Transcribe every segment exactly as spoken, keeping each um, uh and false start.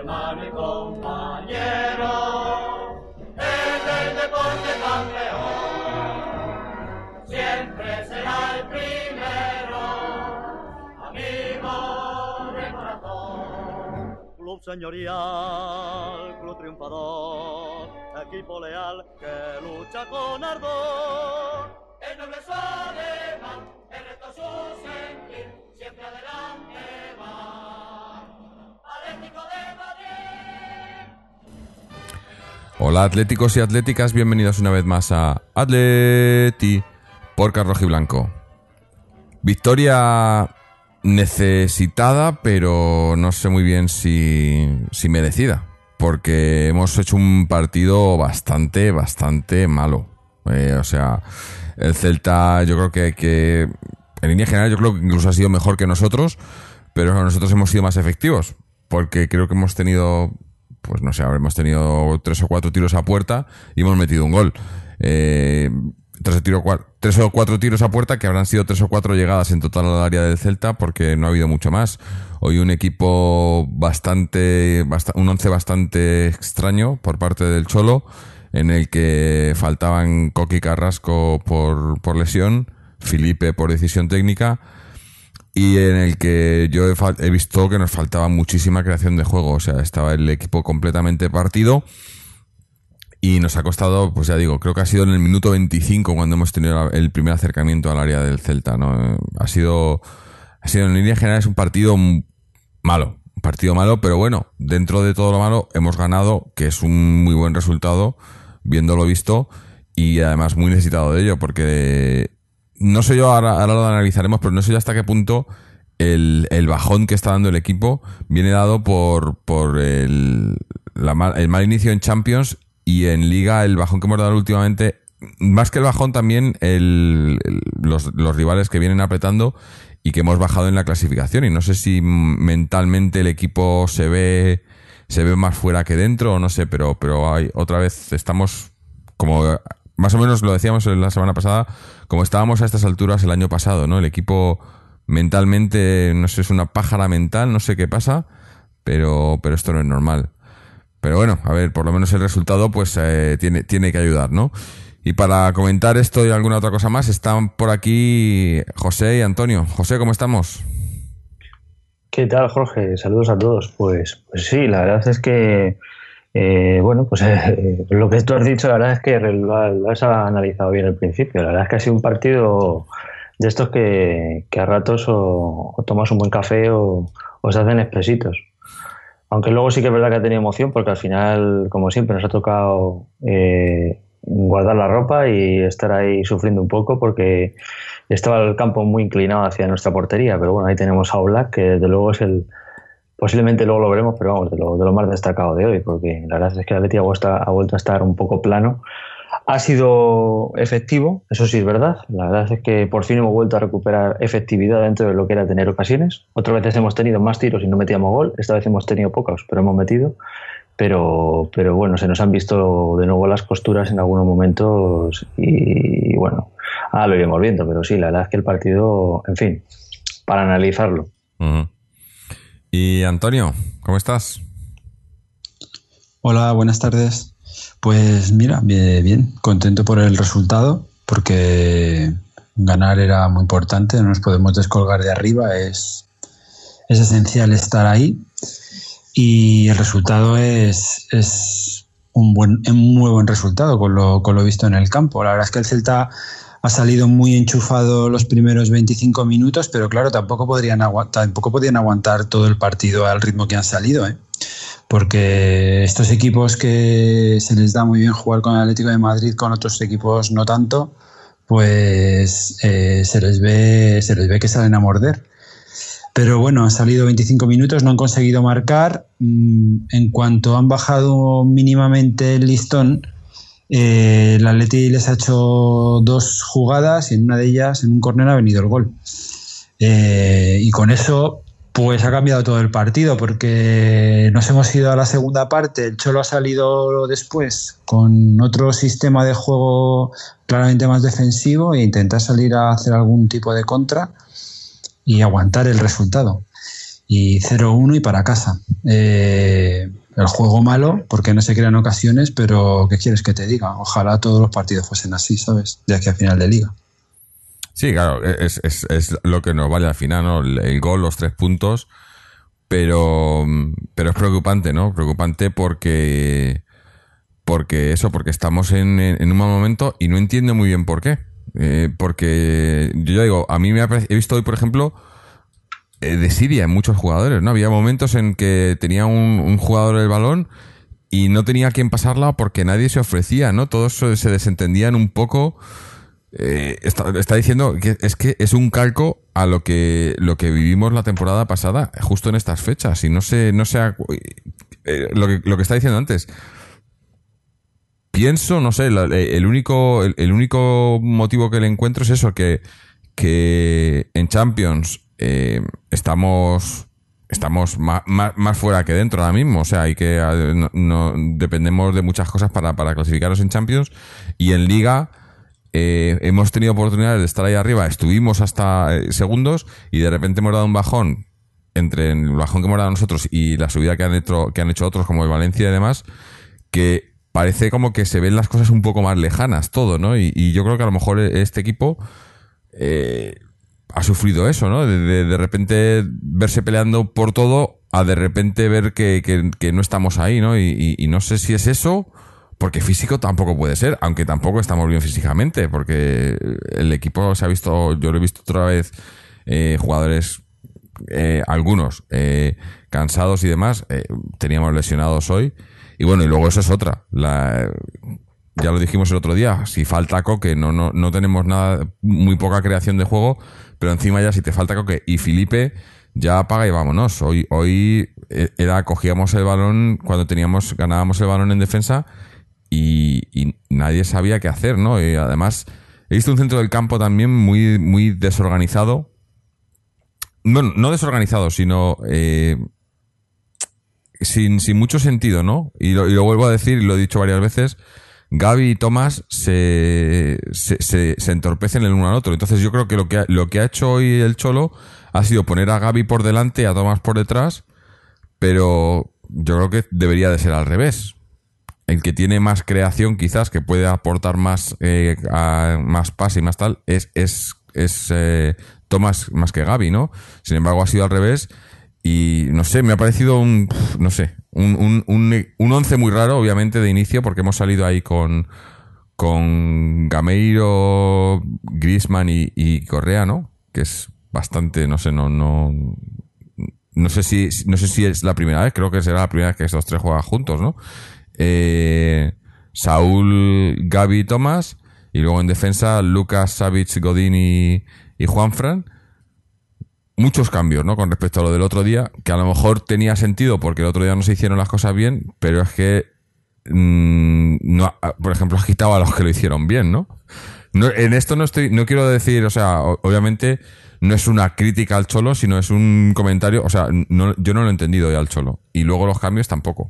hermano y compañero, es el deporte campeón, siempre será el primero, amigo de corazón. Club señorial, club triunfador, equipo leal que lucha con ardor. El noble es alemán, el resto su sentir, siempre adelante va. Atlético de Madrid. Hola atléticos y atléticas, bienvenidos una vez más a Atleti por Rojiblanco. Victoria necesitada, pero no sé muy bien si, si merecida, porque hemos hecho un partido bastante, bastante malo. Eh, o sea, el Celta yo creo que, que en línea general yo creo que incluso ha sido mejor que nosotros, pero nosotros hemos sido más efectivos, porque creo que hemos tenido, pues no sé, habremos tenido tres o cuatro tiros a puerta y hemos metido un gol. Eh, tres, tiro, tres o cuatro tiros a puerta que habrán sido tres o cuatro llegadas en total al área del Celta, porque no ha habido mucho más. Hoy un equipo bastante, bast- un once bastante extraño por parte del Cholo, en el que faltaban Coqui Carrasco por, por lesión, Felipe por decisión técnica, y en el que yo he, he visto que nos faltaba muchísima creación de juego. O sea, estaba el equipo completamente partido y nos ha costado, pues ya digo, creo que ha sido en el minuto veinticinco cuando hemos tenido el primer acercamiento al área del Celta, ¿no? Ha sido, ha sido en línea general es un partido malo, un partido malo, pero bueno, dentro de todo lo malo hemos ganado, que es un muy buen resultado, viéndolo visto, y además muy necesitado de ello, porque no sé yo, ahora, ahora lo analizaremos, pero no sé yo hasta qué punto el, el bajón que está dando el equipo viene dado por, por el, la mal, el mal inicio en Champions, y en Liga el bajón que hemos dado últimamente, más que el bajón también el, el, los, los rivales que vienen apretando y que hemos bajado en la clasificación, y no sé si mentalmente el equipo se ve se ve más fuera que dentro, o no sé, pero pero hay, otra vez estamos como, más o menos lo decíamos la semana pasada, como estábamos a estas alturas el año pasado, ¿no? El equipo mentalmente, no sé, es una pájara mental, no sé qué pasa, pero pero esto no es normal. Pero bueno, a ver, por lo menos el resultado pues eh, tiene, tiene que ayudar, ¿no? Y para comentar esto y alguna otra cosa más, están por aquí José y Antonio. José, ¿cómo estamos? ¿Qué tal, Jorge? Saludos a todos. Pues, pues sí, la verdad es que, eh, bueno, pues eh, lo que tú has dicho, la verdad es que lo, lo has analizado bien al principio. La verdad es que ha sido un partido de estos que, que a ratos o, o tomas un buen café o, o se hacen expresitos. Aunque luego sí que es verdad que ha tenido emoción, porque al final, como siempre, nos ha tocado eh, guardar la ropa y estar ahí sufriendo un poco, porque estaba el campo muy inclinado hacia nuestra portería. Pero bueno, ahí tenemos a Oblak, que desde luego es el, posiblemente luego lo veremos, pero vamos, de lo, de lo más destacado de hoy, porque la verdad es que el Atleti ha vuelto, ha vuelto a estar un poco plano. Ha sido efectivo, eso sí es verdad. La verdad es que por fin hemos vuelto a recuperar efectividad dentro de lo que era tener ocasiones. Otras veces hemos tenido más tiros y no metíamos gol. Esta vez hemos tenido pocos, pero hemos metido. Pero, pero bueno, se nos han visto de nuevo las costuras en algunos momentos y bueno, ahora lo iremos viendo. Pero sí, la verdad es que el partido, en fin, para analizarlo. Uh-huh. Y Antonio, ¿cómo estás? Hola, buenas tardes. Pues mira, bien, contento por el resultado, porque ganar era muy importante, no nos podemos descolgar de arriba, es, es esencial estar ahí, y el resultado es, es un buen, un muy buen resultado con lo, con lo visto en el campo. La verdad es que el Celta ha salido muy enchufado los primeros veinticinco minutos, pero claro, tampoco podrían aguantar, tampoco podían aguantar todo el partido al ritmo que han salido, ¿eh? Porque estos equipos que se les da muy bien jugar con el Atlético de Madrid, con otros equipos no tanto, pues eh, se les ve se les ve que salen a morder. Pero bueno, han salido veinticinco minutos, no han conseguido marcar. En cuanto han bajado mínimamente el listón, eh, el Atleti les ha hecho dos jugadas y en una de ellas, en un córner, ha venido el gol. Eh, y con eso pues ha cambiado todo el partido, porque nos hemos ido a la segunda parte. El Cholo ha salido después con otro sistema de juego claramente más defensivo e intentar salir a hacer algún tipo de contra y aguantar el resultado. Y cero uno y para casa. Eh, el juego malo, porque no se crean ocasiones, pero ¿qué quieres que te diga? Ojalá todos los partidos fuesen así, ¿sabes? De aquí a final de liga. Sí, claro, es, es, es lo que nos vale al final, ¿no? El, el gol, los tres puntos, pero, pero es preocupante, ¿no? Preocupante porque, porque eso, porque estamos en, en un mal momento y no entiendo muy bien por qué. Eh, porque yo ya digo, a mí me ha parecido, he visto hoy, por ejemplo, eh, desidia en muchos jugadores, ¿no? Había momentos en que tenía un, un jugador el balón y no tenía quien pasarla porque nadie se ofrecía, ¿no? Todos se desentendían un poco. Eh, está, está diciendo que es que es un calco a lo que lo que vivimos la temporada pasada, justo en estas fechas. Y no sé, no sé eh, lo que lo que está diciendo antes. Pienso, no sé, la, el único el, el único motivo que le encuentro es eso, que, que en Champions eh, estamos estamos más, más, más fuera que dentro ahora mismo. O sea, hay que no, no dependemos de muchas cosas para, para clasificarnos en Champions, y en Liga Eh, hemos tenido oportunidades de estar ahí arriba, estuvimos hasta eh, segundos y de repente hemos dado un bajón entre el bajón que hemos dado nosotros y la subida que han hecho, que han hecho otros como el Valencia y demás, que parece como que se ven las cosas un poco más lejanas todo, ¿no? Y, y yo creo que a lo mejor este equipo eh, ha sufrido eso, ¿no? De, de, de repente verse peleando por todo a de repente ver que, que, que no estamos ahí, ¿no? Y, y, y no sé si es eso. Porque físico tampoco puede ser, aunque tampoco estamos bien físicamente, porque el equipo se ha visto, yo lo he visto otra vez, eh, jugadores, eh, algunos, eh, cansados y demás, eh, teníamos lesionados hoy, y bueno, y luego eso es otra, la, ya lo dijimos el otro día, si falta Coque, no, no, no tenemos nada, muy poca creación de juego, pero encima ya si te falta Coque y Felipe, ya apaga y vámonos. Hoy, hoy era, cogíamos el balón cuando teníamos, ganábamos el balón en defensa, Y, y nadie sabía qué hacer, ¿no? Y además he visto un centro del campo también muy, muy desorganizado. Bueno, no desorganizado, sino eh, sin, sin mucho sentido, ¿no? Y lo, y lo vuelvo a decir, y lo he dicho varias veces, Gavi y Tomás se, se, se, se entorpecen el uno al otro. Entonces yo creo que lo que ha, lo que ha hecho hoy el Cholo ha sido poner a Gavi por delante y a Tomás por detrás, pero yo creo que debería de ser al revés. El que tiene más creación, quizás, que puede aportar más eh, a, más pase y más tal, es, es, es eh, Tomás más que Gavi, ¿no? Sin embargo, ha sido al revés y, no sé, me ha parecido un, no sé, un, un, un, un once muy raro, obviamente, de inicio, porque hemos salido ahí con, con Gameiro, Griezmann y, y Correa, ¿no? Que es bastante, no sé, no, no, no sé si, no sé si es la primera vez, creo que será la primera vez que estos tres juegan juntos, ¿no? Eh, Saúl, Gavi y Tomás, y luego en defensa Lucas, Savic, Godín y, y Juanfran. Muchos cambios, ¿no? Con respecto a lo del otro día, que a lo mejor tenía sentido porque el otro día no se hicieron las cosas bien, pero es que mmm, no, por ejemplo, has quitado a los que lo hicieron bien, ¿no? No, en esto no estoy, no quiero decir, o sea, obviamente no es una crítica al Cholo, sino es un comentario, o sea, no, yo no lo he entendido ya al Cholo, y luego los cambios tampoco.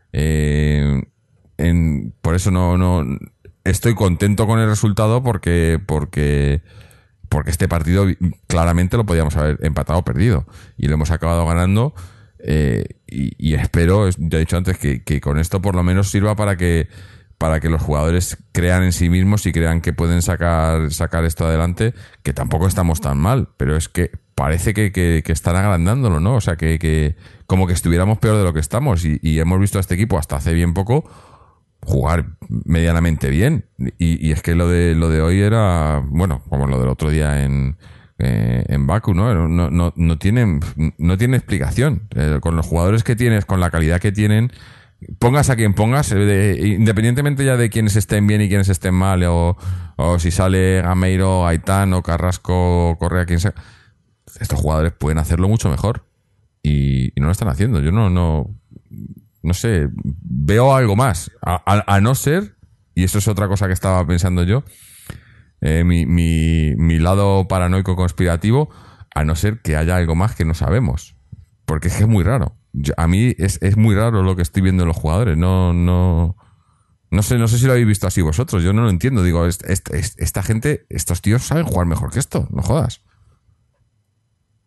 Eh, en, por eso no, no estoy contento con el resultado porque, porque, porque este partido claramente lo podíamos haber empatado o perdido y lo hemos acabado ganando, eh, y, y espero, ya he dicho antes, que, que con esto por lo menos sirva para que, para que los jugadores crean en sí mismos y crean que pueden sacar, sacar esto adelante, que tampoco estamos tan mal, pero es que parece que, que, que están agrandándolo, ¿no? O sea, que, que como que estuviéramos peor de lo que estamos y, y hemos visto a este equipo hasta hace bien poco jugar medianamente bien. Y, y es que lo de lo de hoy era, bueno, como lo del otro día en, eh, en Baku, ¿no? No, no, no, tiene, no tiene explicación. Eh, con los jugadores que tienes, con la calidad que tienen, pongas a quien pongas, eh, independientemente ya de quienes estén bien y quienes estén mal, o, o si sale Gameiro, Aitán o Carrasco, Correa, quien sea, estos jugadores pueden hacerlo mucho mejor y, y no lo están haciendo. Yo no, no, no sé, veo algo más, a, a, a no ser, y eso es otra cosa que estaba pensando yo, eh, mi, mi, mi lado paranoico conspirativo, a no ser que haya algo más que no sabemos, porque es que es muy raro. Yo, a mí es, es muy raro lo que estoy viendo en los jugadores. No, no, no sé, no sé si lo habéis visto así vosotros. Yo no lo entiendo. Digo, es, es, es, esta gente, estos tíos saben jugar mejor que esto. No jodas.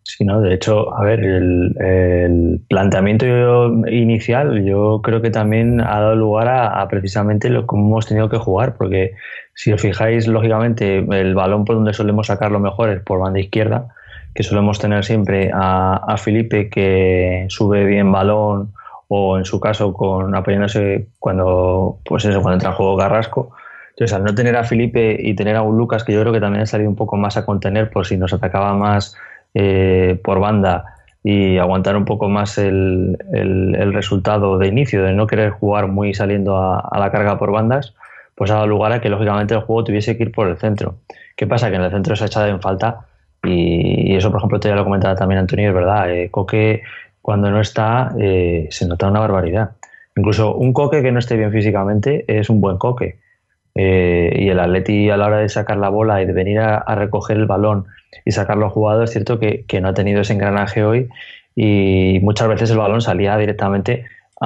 Sí, no, de hecho, a ver, el, el planteamiento inicial yo creo que también ha dado lugar a, a precisamente lo cómo hemos tenido que jugar, porque si os fijáis, lógicamente, el balón por donde solemos sacarlo mejor es por banda izquierda, que solemos tener siempre a, a Felipe, que sube bien balón, o en su caso con apoyándose cuando pues eso, cuando entra en juego Carrasco. Entonces, al no tener a Felipe y tener a un Lucas, que yo creo que también ha salido un poco más a contener por si nos atacaba más eh, por banda, y aguantar un poco más el, el, el resultado de inicio, de no querer jugar muy saliendo a, a la carga por bandas, pues ha dado lugar a que lógicamente el juego tuviese que ir por el centro. ¿Qué pasa? Que en el centro se ha echado en falta, y, y eso, por ejemplo, te ya lo comentaba también Antonio, es verdad. eh, Coque, cuando no está, eh, se nota una barbaridad. Incluso un Coque que no esté bien físicamente es un buen Coque. Eh, y el Atleti, a la hora de sacar la bola y de venir a, a recoger el balón y sacarlo jugado, es cierto que, que no ha tenido ese engranaje hoy, y muchas veces el balón salía directamente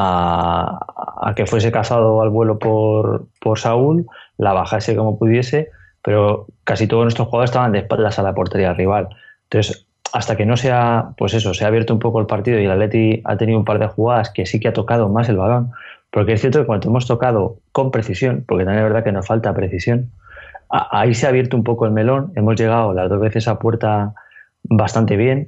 a, a que fuese cazado al vuelo por, por Saúl, la bajase como pudiese, pero casi todos nuestros jugadores estaban de espaldas a la portería rival. Entonces, hasta que no se ha, pues eso, se ha abierto un poco el partido y el Atleti ha tenido un par de jugadas que sí que ha tocado más el balón, porque es cierto que cuando hemos tocado con precisión, porque también es verdad que nos falta precisión, ahí se ha abierto un poco el melón, hemos llegado las dos veces a puerta bastante bien,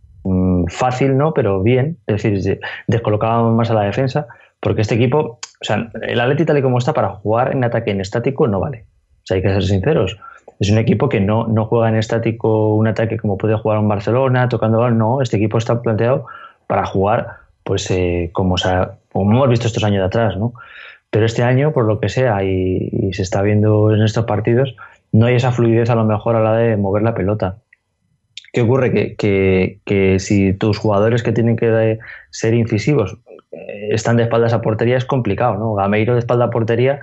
fácil no, pero bien, es decir, descolocábamos más a la defensa, porque este equipo, o sea, el Atleti tal y como está para jugar en ataque en estático no vale, o sea, hay que ser sinceros. Es un equipo que no, no juega en estático un ataque como puede jugar un Barcelona, tocando balón. No, este equipo está planteado para jugar pues eh, como, o sea, como hemos visto estos años de atrás, ¿no? Pero este año, por lo que sea, y, y se está viendo en estos partidos, no hay esa fluidez a lo mejor a la de mover la pelota. ¿Qué ocurre? Que, que, que si tus jugadores que tienen que ser incisivos eh, están de espaldas a portería, es complicado, ¿no? Gameiro de espalda a portería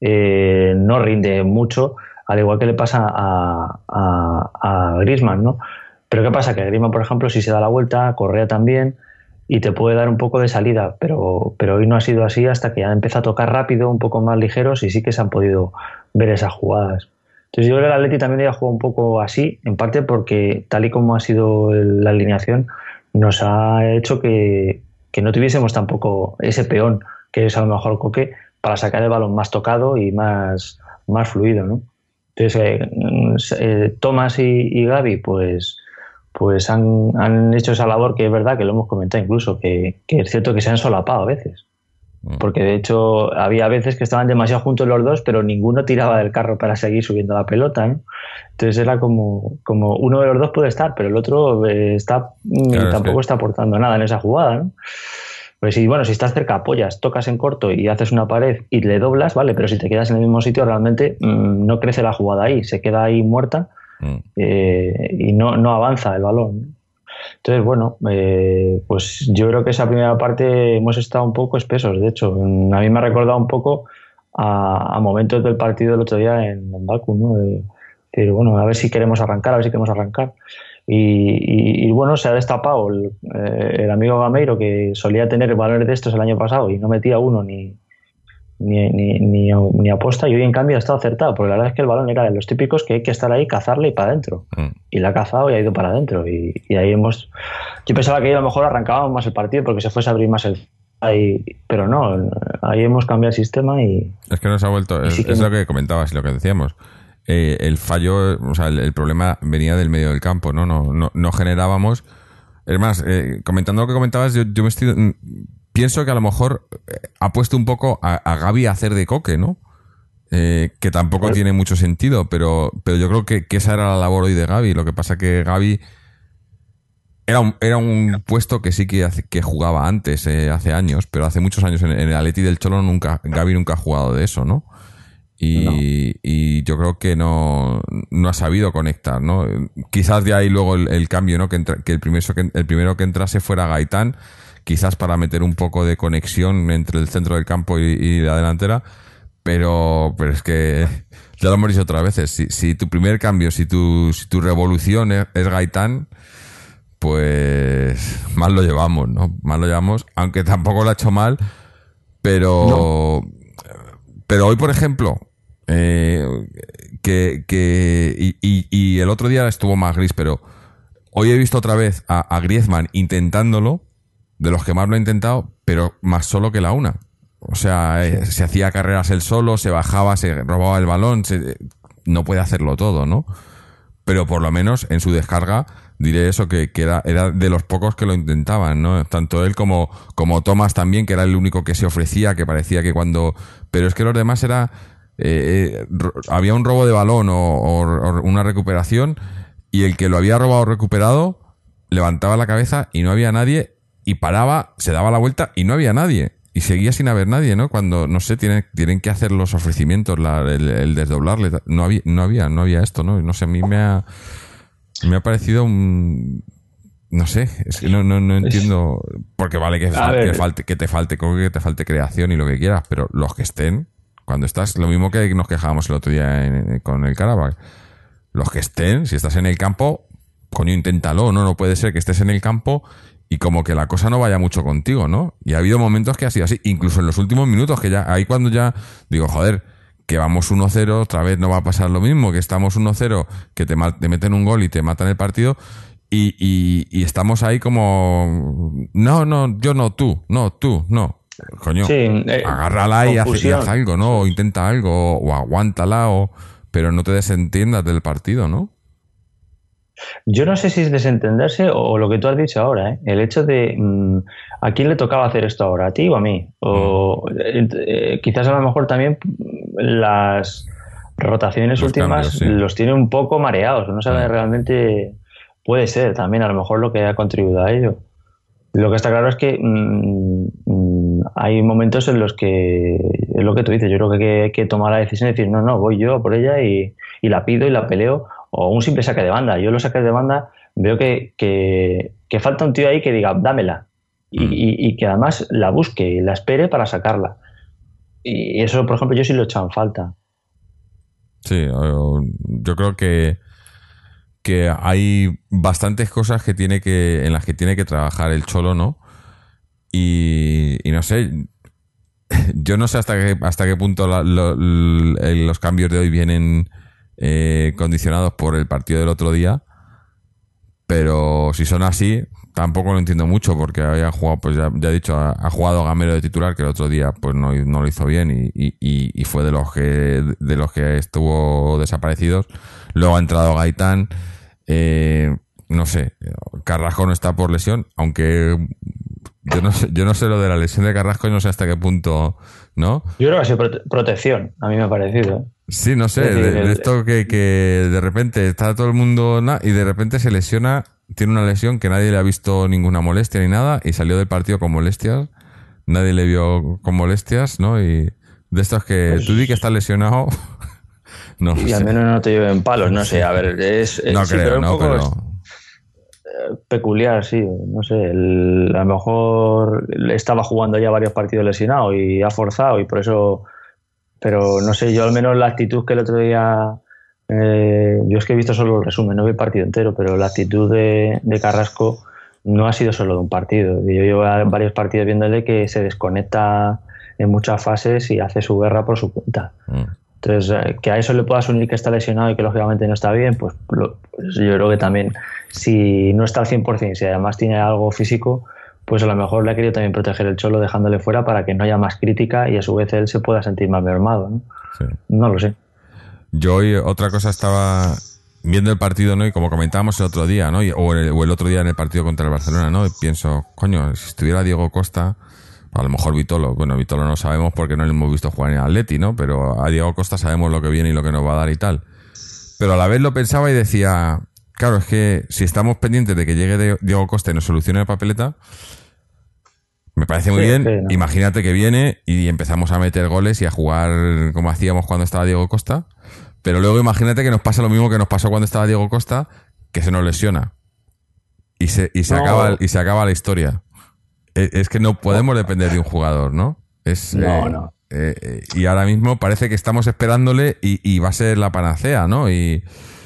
eh, no rinde mucho, al igual que le pasa a, a, a Griezmann, ¿no? Pero ¿qué pasa? Que Griezmann, por ejemplo, si se da la vuelta, Correa también, y te puede dar un poco de salida, pero, pero hoy no ha sido así hasta que ya empieza a tocar rápido, un poco más ligeros, y sí que se han podido ver esas jugadas. Entonces yo creo que el Atleti también ya jugado un poco así, en parte porque tal y como ha sido el, la alineación, nos ha hecho que, que no tuviésemos tampoco ese peón, que es a lo mejor Coque, para sacar el balón más tocado y más, más fluido, ¿no? Entonces, eh, eh, Tomás y, y Gavi, pues, pues han, han hecho esa labor, que es verdad que lo hemos comentado incluso, que, que es cierto que se han solapado a veces. Porque de hecho había veces que estaban demasiado juntos los dos, pero ninguno tiraba del carro para seguir subiendo la pelota, ¿no? Entonces era como, como uno de los dos puede estar, pero el otro eh, está claro, tampoco es que... está aportando nada en esa jugada, ¿no? Pues si, bueno, si estás cerca, apoyas, tocas en corto y haces una pared y le doblas, vale, pero si te quedas en el mismo sitio, realmente mmm, no crece la jugada ahí, se queda ahí muerta mm. eh, y no, no avanza el balón. Entonces, bueno, eh, pues yo creo que esa primera parte hemos estado un poco espesos. De hecho, a mí me ha recordado un poco a, a momentos del partido del otro día en, en Baku, ¿no? Eh, pero bueno, a ver si queremos arrancar, a ver si queremos arrancar. Y, y, y bueno, se ha destapado el, eh, el amigo Gameiro, que solía tener balones de estos el año pasado y no metía uno ni, ni, ni, ni, ni aposta, y hoy en cambio ha estado acertado, porque la verdad es que el balón era de los típicos que hay que estar ahí, cazarle y para adentro. Mm. Y la ha cazado y ha ido para adentro. Y, y ahí hemos... Yo pensaba que ahí a lo mejor arrancábamos más el partido porque se fuese a abrir más el... Ahí, pero no, ahí hemos cambiado el sistema y... Es que nos ha vuelto... Es, sí que es no... lo que comentabas y lo que decíamos. Eh, el fallo, o sea, el, el problema venía del medio del campo, ¿no? No, no, no generábamos... Es más, eh, comentando lo que comentabas, yo, yo me estoy... Pienso que a lo mejor ha puesto un poco a, a Gavi a hacer de Coque, ¿no? Eh, que tampoco tiene mucho sentido, pero, pero yo creo que, que esa era la labor hoy de Gavi. Lo que pasa que Gavi era un, era un puesto que sí que, hace, que jugaba antes, eh, hace años, pero hace muchos años en, en el Atleti del Cholo nunca, Gavi nunca ha jugado de eso, ¿no? Y, no. y yo creo que no, no ha sabido conectar, ¿no? Quizás de ahí luego el, el cambio, ¿no? Que, entra, que, el primero, que el primero que entrase fuera Gaitán, quizás para meter un poco de conexión entre el centro del campo y, y la delantera, pero, pero es que ya lo hemos dicho otras veces, si, si tu primer cambio, si tu, si tu revolución es, es Gaitán, pues mal lo llevamos, ¿no? Mal lo llevamos, aunque tampoco lo ha hecho mal, pero no. Pero hoy, por ejemplo, eh, que, que y, y, y el otro día estuvo más gris, pero Hoy he visto otra vez a, a Griezmann intentándolo, de los que más lo ha intentado, pero más solo que la una. O sea, eh, se hacía carreras él solo, se bajaba, se robaba el balón, se, no puede hacerlo todo, ¿no? Pero por lo menos en su descarga diré eso, que, que era, era de los pocos que lo intentaban, ¿no? Tanto él como, como Thomas también, que era el único que se ofrecía, que parecía que cuando... Pero es que los demás era... Eh, eh, había un robo de balón o, o, o una recuperación, y el que lo había robado o recuperado levantaba la cabeza y no había nadie, y paraba, se daba la vuelta y no había nadie. Y seguía sin haber nadie, ¿no? Cuando, no sé, tienen, tienen que hacer los ofrecimientos, la, el, el desdoblarle. No había, no había, no había esto, ¿no? No sé, a mí me ha, me ha parecido un... No sé, es que no, no, no entiendo... Porque vale que, fal, que, falte, que te falte, que te falte creación y lo que quieras, pero los que estén, cuando estás... Lo mismo que nos quejábamos el otro día en, con el Karabakh. Los que estén, si estás en el campo, coño, inténtalo, ¿no? No puede ser que estés en el campo y como que la cosa no vaya mucho contigo, ¿no? Y ha habido momentos que ha sido así, incluso en los últimos minutos, que ya, ahí cuando ya digo, joder, que vamos uno cero, otra vez no va a pasar lo mismo, que estamos uno cero, que te, te meten un gol y te matan el partido, y, y, y estamos ahí como, no, no, yo no, tú, no, tú, no. Coño, sí, eh, agárrala y haz, y haz algo, ¿no? O intenta algo, o, o aguántala, o, pero no te desentiendas del partido, ¿no? Yo no sé si es desentenderse o lo que tú has dicho ahora, ¿eh? El hecho de mmm, ¿a quién le tocaba hacer esto ahora? ¿A ti o a mí? O eh, eh, quizás a lo mejor también las rotaciones los últimas cambios, sí. los tiene un poco mareados, no sabe sí. realmente, puede ser también a lo mejor lo que ha contribuido a ello. Lo que está claro es que mmm, hay momentos en los que es lo que tú dices, yo creo que hay que, hay que tomar la decisión de decir no, no, voy yo a por ella y, y la pido y la peleo, o un simple saque de banda. Yo los saques de banda veo que, que, que falta un tío ahí que diga dámela y, mm. y, y que además la busque y la espere para sacarla, y eso por ejemplo yo sí lo he echado en falta. Sí, yo creo que que hay bastantes cosas que tiene que en las que tiene que trabajar el Cholo, ¿no? Y, y no sé, yo no sé hasta qué hasta qué punto la, lo, los cambios de hoy vienen eh, condicionados por el partido del otro día, pero si son así tampoco lo entiendo mucho, porque había jugado, pues ya, ya he dicho, ha, ha jugado Gamero de titular, que el otro día pues no, no lo hizo bien y, y, y fue de los que de los que estuvo desaparecidos. Luego ha entrado Gaitán. Eh, no sé, Carrasco no está por lesión, aunque yo no sé, yo no sé lo de la lesión de Carrasco y no sé hasta qué punto, ¿no? Yo creo que ha sido prote- protección, a mí me ha parecido. Sí, no sé, de, de esto que, que de repente está todo el mundo na, y de repente se lesiona, tiene una lesión que nadie le ha visto ninguna molestia ni nada y salió del partido con molestias, nadie le vio con molestias, ¿no? Y de estos que pues, tú di que está lesionado... No y sé. al menos no te lleven palos, no sé, a ver, es... es no sí, creo, pero un no, poco pero... Es, peculiar, sí, no sé, el, a lo mejor estaba jugando ya varios partidos lesionado y ha forzado y por eso, pero no sé, yo al menos la actitud que el otro día, eh, yo es que he visto solo el resumen, no vi el partido entero, pero la actitud de, de Carrasco no ha sido solo de un partido, yo llevo varios partidos viéndole que se desconecta en muchas fases y hace su guerra por su cuenta. Mm. Entonces, que a eso le puedas unir que está lesionado y que lógicamente no está bien, pues, lo, pues yo creo que también, si no está al cien por ciento, si además tiene algo físico, pues a lo mejor le ha querido también proteger el Cholo dejándole fuera para que no haya más crítica y a su vez él se pueda sentir más mermado, ¿no? Sí. No lo sé. Yo hoy otra cosa estaba viendo el partido, ¿no? Y como comentábamos el otro día, ¿no? Y, o, el, o el otro día en el partido contra el Barcelona, ¿no? Y pienso, coño, si estuviera Diego Costa... A lo mejor Vitolo, bueno, Vitolo no sabemos porque no le hemos visto jugar en el Atleti, ¿no? Pero a Diego Costa sabemos lo que viene y lo que nos va a dar y tal. Pero a la vez lo pensaba y decía, claro, es que si estamos pendientes de que llegue Diego Costa y nos solucione la papeleta, me parece muy sí, bien. Sí, ¿no? Imagínate que viene y empezamos a meter goles y a jugar como hacíamos cuando estaba Diego Costa. Pero luego imagínate que nos pasa lo mismo que nos pasó cuando estaba Diego Costa, que se nos lesiona. Y se, y se, no. acaba, y se acaba la historia. Es que no podemos depender de un jugador, ¿no? Es, no, eh, no. Eh, y ahora mismo parece que estamos esperándole y, y va a ser la panacea, ¿no? Y,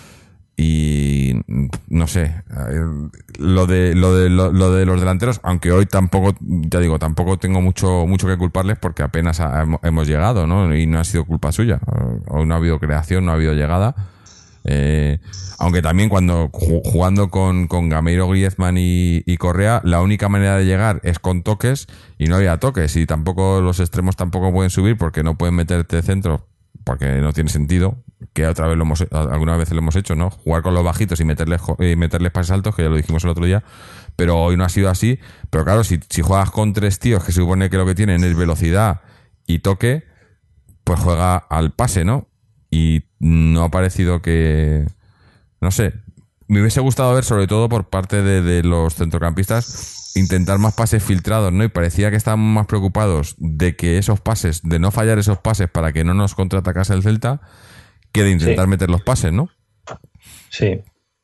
y no sé, lo de lo de lo, lo de los delanteros, aunque hoy tampoco, ya digo, tampoco tengo mucho mucho que culparles porque apenas ha, hemos llegado, ¿no? Y no ha sido culpa suya. Hoy no ha habido creación, no ha habido llegada. Eh, aunque también cuando jugando con, con Gameiro, Griezmann y, y Correa, la única manera de llegar es con toques y no había toques, y tampoco los extremos tampoco pueden subir porque no pueden meterte centro, porque no tiene sentido, que otra vez lo hemos, alguna vez lo hemos hecho, ¿no? Jugar con los bajitos y meterles, y meterles pases altos, que ya lo dijimos el otro día, pero hoy no ha sido así. Pero claro, si, si juegas con tres tíos que se supone que lo que tienen es velocidad y toque, pues juega al pase, ¿no? Y no ha parecido que... No sé, me hubiese gustado ver, sobre todo por parte de, de los centrocampistas, intentar más pases filtrados, ¿no? Y parecía que estaban más preocupados de que esos pases, de no fallar esos pases para que no nos contraatacase el Celta, que de intentar sí. meter los pases, ¿no? Sí.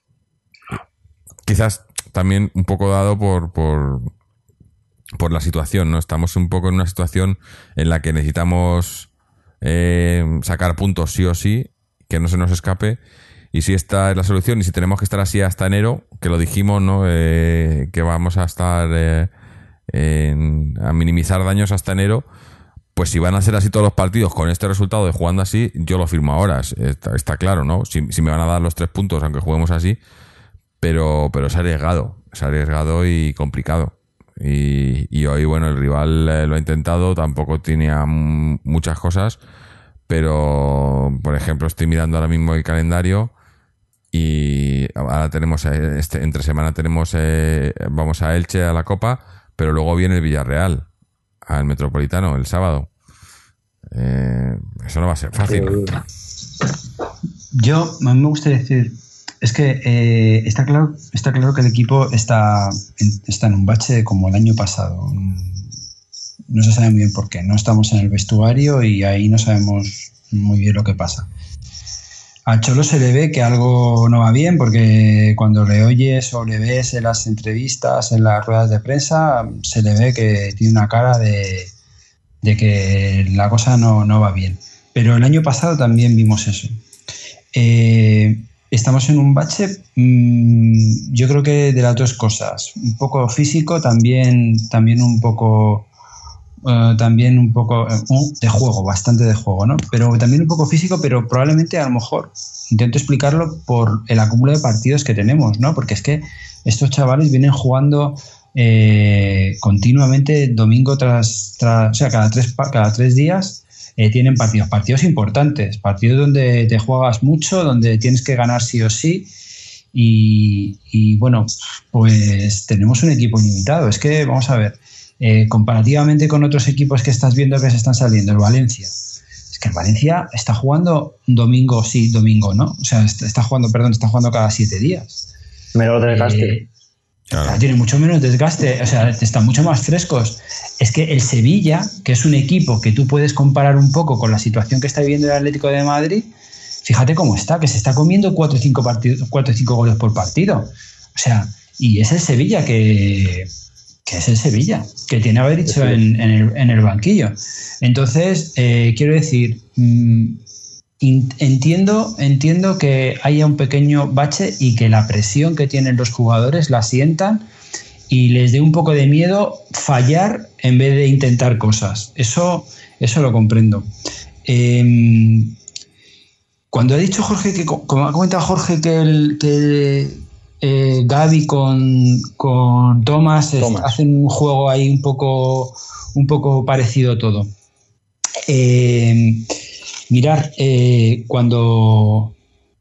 Quizás también un poco dado por, por, por la situación, ¿no? Estamos un poco en una situación en la que necesitamos... Eh, sacar puntos sí o sí, que no se nos escape, y si esta es la solución, y si tenemos que estar así hasta enero, que lo dijimos, ¿no? Eh, que vamos a estar eh, en, a minimizar daños hasta enero, pues si van a ser así todos los partidos con este resultado de jugando así, yo lo firmo ahora, está, está claro, ¿no? Si, si me van a dar los tres puntos aunque juguemos así, pero, pero es arriesgado, es arriesgado y complicado. Y, y hoy, bueno, el rival eh, lo ha intentado, tampoco tenía m- muchas cosas, pero, por ejemplo, estoy mirando ahora mismo el calendario y ahora tenemos, eh, este, entre semana tenemos, eh, vamos a Elche a la Copa, pero luego viene el Villarreal al Metropolitano el sábado. Eh, eso no va a ser fácil. Yo, a mí me gusta decir... Es que eh, está claro, está claro que el equipo está en, está en un bache como el año pasado. No se sabe muy bien por qué. No estamos en el vestuario y ahí no sabemos muy bien lo que pasa. A Cholo se le ve que algo no va bien, porque cuando le oyes o le ves en las entrevistas, en las ruedas de prensa, se le ve que tiene una cara de, de que la cosa no, no va bien. Pero el año pasado también vimos eso. Eh... Estamos en un bache, mmm, yo creo que de las dos cosas, un poco físico, también, también un poco, uh, también un poco uh, de juego, bastante de juego, ¿no? Pero también un poco físico, pero probablemente a lo mejor intento explicarlo por el acúmulo de partidos que tenemos, ¿no? Porque es que estos chavales vienen jugando eh, continuamente domingo tras, tras, o sea, cada tres, cada tres días. Eh, tienen partidos, partidos importantes, partidos donde te juegas mucho, donde tienes que ganar sí o sí, y, y bueno, pues tenemos un equipo limitado. Es que, vamos a ver, eh, comparativamente con otros equipos que estás viendo que se están saliendo, el Valencia, es que el Valencia está jugando domingo sí, domingo no, o sea, está, está jugando, perdón, está jugando cada siete días. Menos desgaste. Eh, Claro. Tiene mucho menos desgaste, o sea, están mucho más frescos. Es que el Sevilla, que es un equipo que tú puedes comparar un poco con la situación que está viviendo el Atlético de Madrid, fíjate cómo está, que se está comiendo cuatro o cinco partidos, cuatro o cinco goles por partido. O sea, y es el Sevilla que, que es el Sevilla, que tiene a haber dicho en, en, el, en el banquillo. Entonces, eh, quiero decir, mmm, Entiendo, entiendo que haya un pequeño bache y que la presión que tienen los jugadores la sientan y les dé un poco de miedo fallar en vez de intentar cosas. Eso, eso lo comprendo. Eh, cuando ha dicho Jorge, que como ha comentado Jorge que, el, que eh, Gavi con, con Thomas, Thomas hacen un juego ahí un poco, un poco parecido todo. Eh, Mirar, eh, cuando,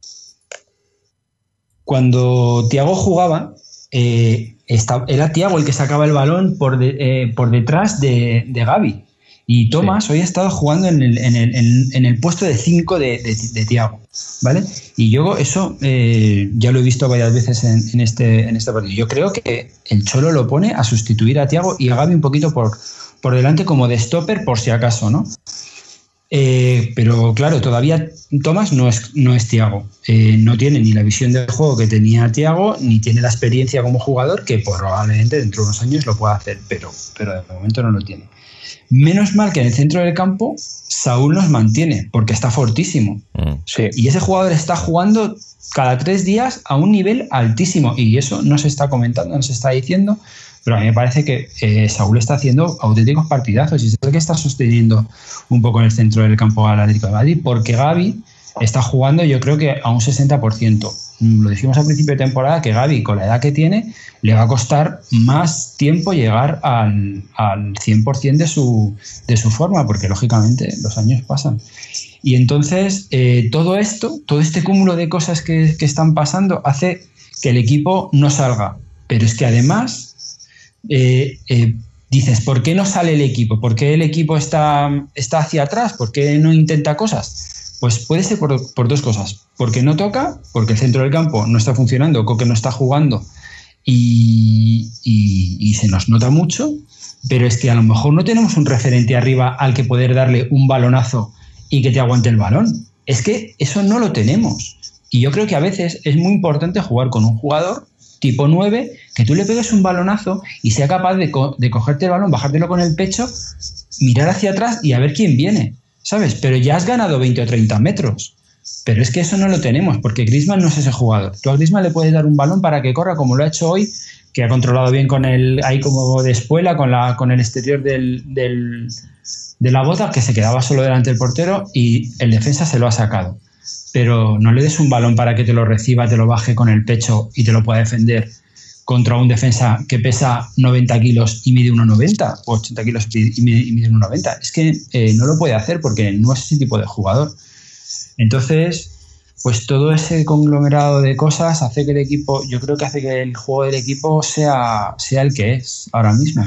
cuando Thiago jugaba, eh, esta, era Thiago el que sacaba el balón por, de, eh, por detrás de, de Gavi. Y Thomas sí. hoy ha estado jugando en el, en el, en, en el puesto de cinco de, de, de Thiago, ¿vale? Y yo eso eh, ya lo he visto varias veces en, en, este, en este partido. Yo creo que el Cholo lo pone a sustituir a Thiago y a Gavi un poquito por, por delante como de stopper por si acaso, ¿no? Eh, pero claro, todavía Thomas no es, no es Thiago, eh, no tiene ni la visión del juego que tenía Thiago, ni tiene la experiencia como jugador, que probablemente dentro de unos años lo pueda hacer, pero, pero de momento no lo tiene. Menos mal que en el centro del campo Saúl nos mantiene, porque está fortísimo. Mm, sí. Y ese jugador está jugando cada tres días a un nivel altísimo, y eso no se está comentando, no se está diciendo. Pero a mí me parece que eh, Saúl está haciendo auténticos partidazos y es el que está sosteniendo un poco en el centro del campo al Atlético de Madrid, porque Gavi está jugando yo creo que a un sesenta por ciento. Lo dijimos al principio de temporada que Gavi, con la edad que tiene, le va a costar más tiempo llegar al, al cien por ciento de su, de su forma, porque lógicamente los años pasan. Y entonces eh, todo esto, todo este cúmulo de cosas que, que están pasando hace que el equipo no salga. Pero es que además eh, eh, dices, ¿por qué no sale el equipo? ¿Por qué el equipo está, está hacia atrás? ¿Por qué no intenta cosas? Pues puede ser por, por dos cosas. Porque no toca, porque el centro del campo no está funcionando, Coque no está jugando y, y, y se nos nota mucho, pero es que a lo mejor no tenemos un referente arriba al que poder darle un balonazo y que te aguante el balón. Es que eso no lo tenemos. Y yo creo que a veces es muy importante jugar con un jugador tipo nueve, que tú le pegues un balonazo y sea capaz de, co- de cogerte el balón, bajártelo con el pecho, mirar hacia atrás y a ver quién viene, ¿sabes? Pero ya has ganado veinte o treinta metros. Pero es que eso no lo tenemos, porque Griezmann no es ese jugador. Tú a Griezmann le puedes dar un balón para que corra como lo ha hecho hoy, que ha controlado bien con el ahí como de espuela, con, la, con el exterior del, del, de la bota, que se quedaba solo delante del portero y el defensa se lo ha sacado. Pero no le des un balón para que te lo reciba, te lo baje con el pecho y te lo pueda defender contra un defensa que pesa noventa kilos y mide uno noventa, o ochenta kilos y mide, y mide uno noventa. Es que eh, no lo puede hacer porque no es ese tipo de jugador. Entonces, pues todo ese conglomerado de cosas hace que el equipo, yo creo que hace que el juego del equipo sea, sea el que es ahora mismo.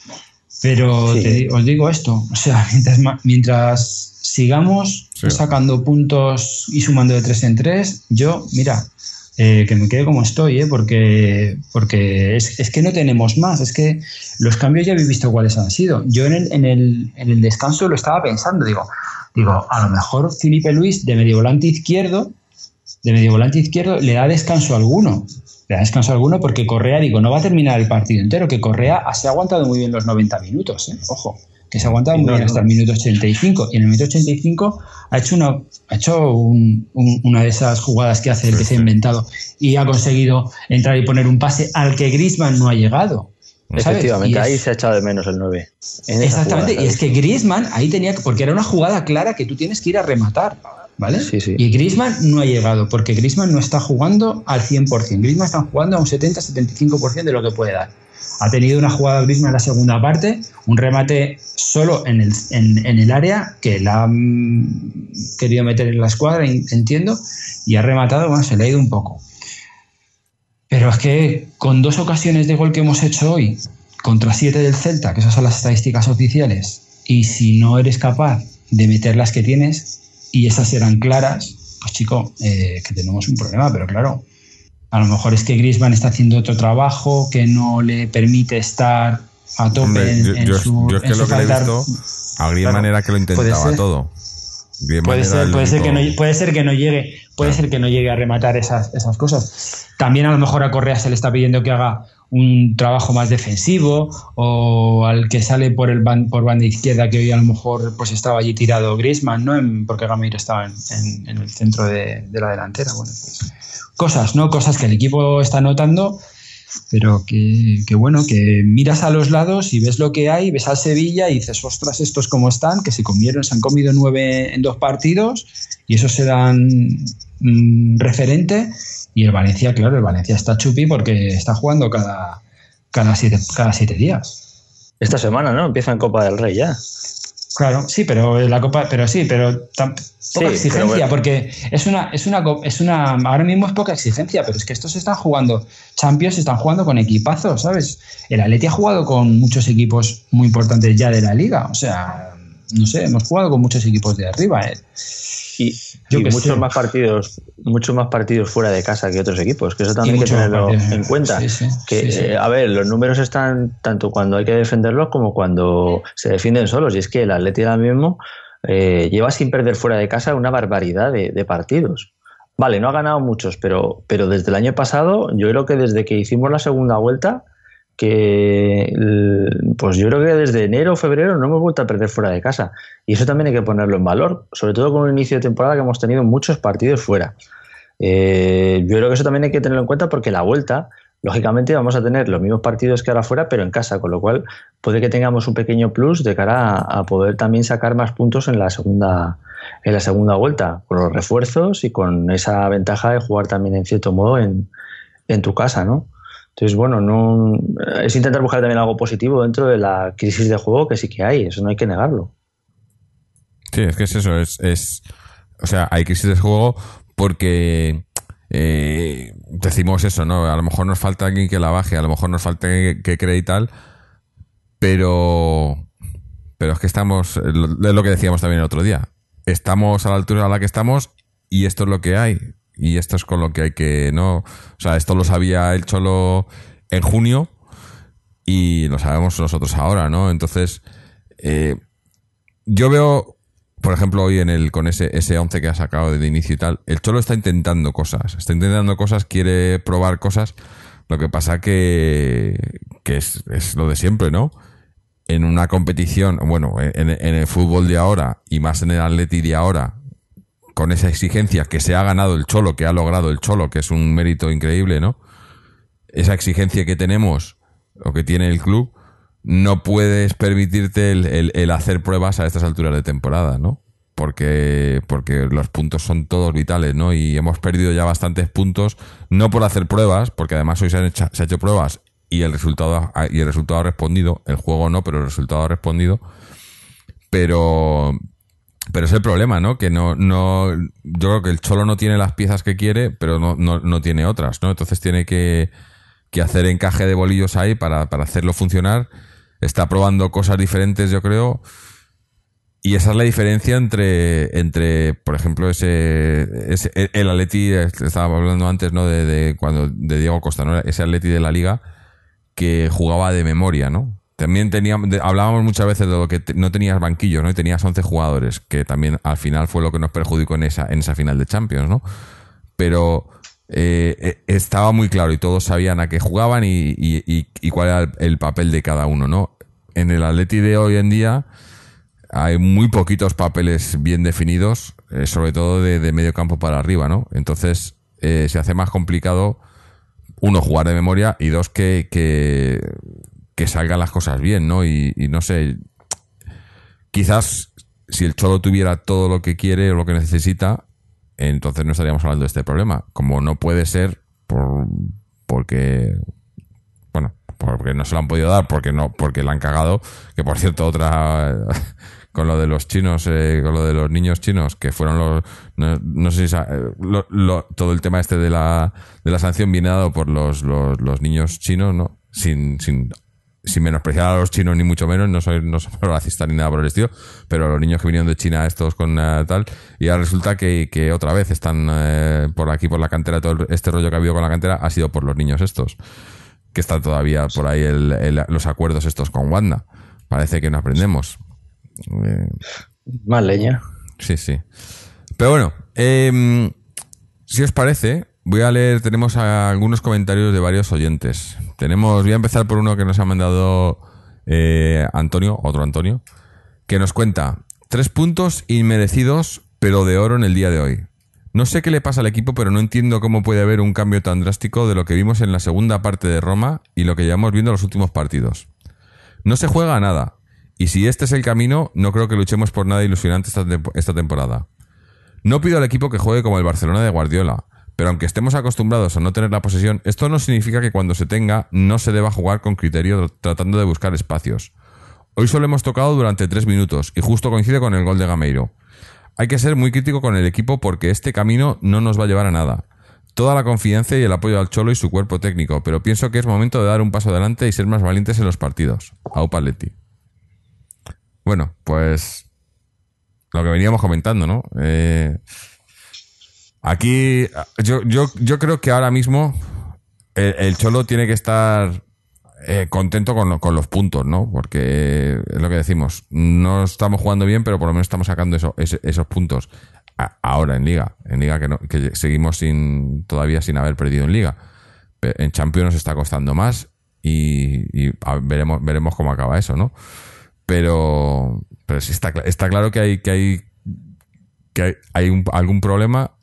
Pero Sí. te, os digo esto, o sea, mientras, mientras sigamos Sí. sacando puntos y sumando de tres en tres, yo, mira, eh, que me quede como estoy, ¿eh? porque, porque es, es que no tenemos más, es que los cambios ya habéis visto cuáles han sido. Yo en el, en el, en el descanso lo estaba pensando, digo, digo, a lo mejor Filipe Luis de medio volante izquierdo, de medio volante izquierdo le da descanso alguno, le da descanso alguno porque Correa, digo, no va a terminar el partido entero, que Correa se ha aguantado muy bien los noventa minutos, ¿eh? Ojo, que se ha aguantado muy No, bien no. hasta el minuto ochenta y cinco, y en el minuto ochenta y cinco ha hecho una, ha hecho un, un, una de esas jugadas que hace el que se ha inventado y ha conseguido entrar y poner un pase al que Griezmann no ha llegado. ¿sabes? Efectivamente, Y es- ahí se ha echado de menos el nueve. En esa Exactamente, jugada, y es que Griezmann ahí tenía que, porque era una jugada clara que tú tienes que ir a rematar, ¿vale? Sí, sí. Y Griezmann no ha llegado, porque Griezmann no está jugando al cien por ciento. Griezmann está jugando a un setenta a setenta y cinco por ciento de lo que puede dar. Ha tenido una jugada Griezmann en la segunda parte, un remate solo en el, en, en el área, que la han querido meter en la escuadra, entiendo, y ha rematado, bueno, se le ha ido un poco. Pero es que con dos ocasiones de gol que hemos hecho hoy, contra siete del Celta, que esas son las estadísticas oficiales, y si no eres capaz de meter las que tienes, y esas eran claras, pues chico, eh, que tenemos un problema, pero claro, a lo mejor es que Griezmann está haciendo otro trabajo que no le permite estar a tope Hombre, en, yo, en yo- su yo es que en su lo que le he faltar- visto a Griezmann Claro, era que lo puede intentaba ser. todo. Griezmann Puede era ser, el puede, ser que único- no, puede ser que no llegue, puede Claro. ser que no llegue a rematar esas, esas cosas. También a lo mejor a Correa se le está pidiendo que haga un trabajo más defensivo, o al que sale por el ban- por banda izquierda, que hoy a lo mejor pues estaba allí tirado Griezmann, ¿no? En- porque Gameiro estaba en, en- en el centro de, de la delantera. Bueno, pues, cosas, ¿no? Cosas que el equipo está notando, pero que, que bueno, que miras a los lados y ves lo que hay, ves al Sevilla y dices, ostras, estos cómo están, que se comieron, se han comido nueve en dos partidos y eso se dan mm, referente. Y el Valencia, claro, el Valencia está chupi porque está jugando cada, cada, siete, cada siete días. Esta semana, ¿no? Empieza en Copa del Rey ya. Claro, sí, pero la Copa, pero sí, pero tan, poca Sí, exigencia, pero bueno. porque es una, es una, co- es una, ahora mismo es poca exigencia, pero es que estos están jugando Champions, están jugando con equipazos, ¿sabes? El Atleti ha jugado con muchos equipos muy importantes ya de la liga, o sea, no sé, hemos jugado con muchos equipos de arriba, ¿eh? Y, Yo y que muchos sé. más partidos, muchos más partidos fuera de casa que otros equipos, que eso también Y hay que muchos más tenerlo partidos. en cuenta. Sí, sí, que sí, sí. eh, a ver, los números están tanto cuando hay que defenderlos como cuando se defienden solos. Y es que el Atleti ahora mismo eh, lleva sin perder fuera de casa una barbaridad de, de partidos. Vale, no ha ganado muchos, pero, pero desde el año pasado, yo creo que desde que hicimos la segunda vuelta, que pues yo creo que desde enero o febrero no hemos vuelto a perder fuera de casa, y eso también hay que ponerlo en valor, sobre todo con un inicio de temporada que hemos tenido muchos partidos fuera. Eh, yo creo que eso también hay que tenerlo en cuenta, porque la vuelta, lógicamente, vamos a tener los mismos partidos que ahora fuera, pero en casa, con lo cual puede que tengamos un pequeño plus de cara a, a poder también sacar más puntos en la segunda en la segunda vuelta, con los refuerzos y con esa ventaja de jugar también en cierto modo en, en tu casa, ¿no? Entonces, bueno, no es intentar buscar también algo positivo dentro de la crisis de juego, que sí que hay, eso no hay que negarlo. Sí, es que es eso, es, es o sea, hay crisis de juego porque eh, decimos eso, ¿no? A lo mejor nos falta alguien que la baje, a lo mejor nos falta que, que cree y tal, pero pero es que estamos, es lo que decíamos también el otro día, estamos a la altura a la que estamos y esto es lo que hay. Y esto es con lo que hay que, ¿no? O sea, esto lo sabía el Cholo en junio y lo sabemos nosotros ahora, ¿no? Entonces, eh, yo veo, por ejemplo, hoy en el con ese ese once que ha sacado de inicio y tal, el Cholo está intentando cosas, está intentando cosas, quiere probar cosas. Lo que pasa que, que es, es lo de siempre, ¿no? En una competición, bueno, en, en el fútbol de ahora y más en el Atleti de ahora, con esa exigencia que se ha ganado el Cholo, que ha logrado el Cholo, que es un mérito increíble, ¿no? Esa exigencia que tenemos, o que tiene el club, no puedes permitirte el, el, el hacer pruebas a estas alturas de temporada, ¿no? Porque, porque los puntos son todos vitales, ¿no? Y hemos perdido ya bastantes puntos, no por hacer pruebas, porque además hoy se han hecho, se ha hecho pruebas y el resultado y el resultado ha respondido, el juego no, pero el resultado ha respondido, pero... Pero es el problema, ¿no? Que no, no, yo creo que el Cholo no tiene las piezas que quiere, pero no, no, no tiene otras, ¿no? Entonces tiene que, que hacer encaje de bolillos ahí para, para hacerlo funcionar. Está probando cosas diferentes, yo creo. Y esa es la diferencia entre, entre, por ejemplo, ese, ese el Atleti, estaba hablando antes, ¿no? De, de cuando, de Diego Costa, ¿no? Ese Atleti de la Liga que jugaba de memoria, ¿no? También teníamos, de, hablábamos muchas veces de lo que te, no tenías banquillos, ¿no? Y tenías once jugadores, que también al final fue lo que nos perjudicó en esa, en esa final de Champions, ¿no? Pero eh, estaba muy claro y todos sabían a qué jugaban y, y, y, y cuál era el, el papel de cada uno, ¿no? En el Atleti de hoy en día hay muy poquitos papeles bien definidos, eh, sobre todo de, de medio campo para arriba, ¿no? Entonces eh, se hace más complicado, uno, jugar de memoria y dos, que... que que salgan las cosas bien, ¿no? Y, y no sé, quizás si el Cholo tuviera todo lo que quiere o lo que necesita, entonces no estaríamos hablando de este problema. Como no puede ser, por, porque, bueno, porque no se lo han podido dar, porque no, porque la han cagado, que por cierto otra, con lo de los chinos, eh, con lo de los niños chinos, que fueron los, no, no sé si, lo, lo, todo el tema este de la, de la sanción viene dado por los, los, los niños chinos, ¿no? Sin, sin, sin menospreciar a los chinos ni mucho menos, no soy, no soy racista ni nada por el estilo, pero los niños que vinieron de China estos con uh, tal, y ahora resulta que, que otra vez están eh, por aquí, por la cantera, todo este rollo que ha habido con la cantera ha sido por los niños estos, que están todavía por ahí el, el, los acuerdos estos con Wanda. Parece que no aprendemos. Eh, Más leña. Sí, sí. Pero bueno, eh, si os parece, voy a leer, tenemos algunos comentarios de varios oyentes. Tenemos, voy a empezar por uno que nos ha mandado eh, Antonio, otro Antonio, que nos cuenta: tres puntos inmerecidos, pero de oro en el día de hoy. No sé qué le pasa al equipo, pero no entiendo cómo puede haber un cambio tan drástico de lo que vimos en la segunda parte de Roma y lo que llevamos viendo en los últimos partidos. No se juega a nada, y si este es el camino, no creo que luchemos por nada ilusionante esta, esta temporada. No pido al equipo que juegue como el Barcelona de Guardiola, pero aunque estemos acostumbrados a no tener la posesión, esto no significa que cuando se tenga no se deba jugar con criterio tratando de buscar espacios. Hoy solo hemos tocado durante tres minutos y justo coincide con el gol de Gameiro. Hay que ser muy crítico con el equipo porque este camino no nos va a llevar a nada. Toda la confianza y el apoyo al Cholo y su cuerpo técnico, pero pienso que es momento de dar un paso adelante y ser más valientes en los partidos. Aupa Atleti. Bueno, pues lo que veníamos comentando, ¿no? Eh... Aquí, yo, yo, yo creo que ahora mismo el, el Cholo tiene que estar eh, contento con, lo, con los puntos, ¿no? Porque es lo que decimos, no estamos jugando bien, pero por lo menos estamos sacando eso, ese, esos puntos a, ahora en Liga, en Liga que, no, que seguimos sin todavía sin haber perdido en Liga. En Champions nos está costando más y, y a, veremos veremos cómo acaba eso, ¿no? Pero, pero sí está, está claro que hay que hay que hay, hay un, algún problema.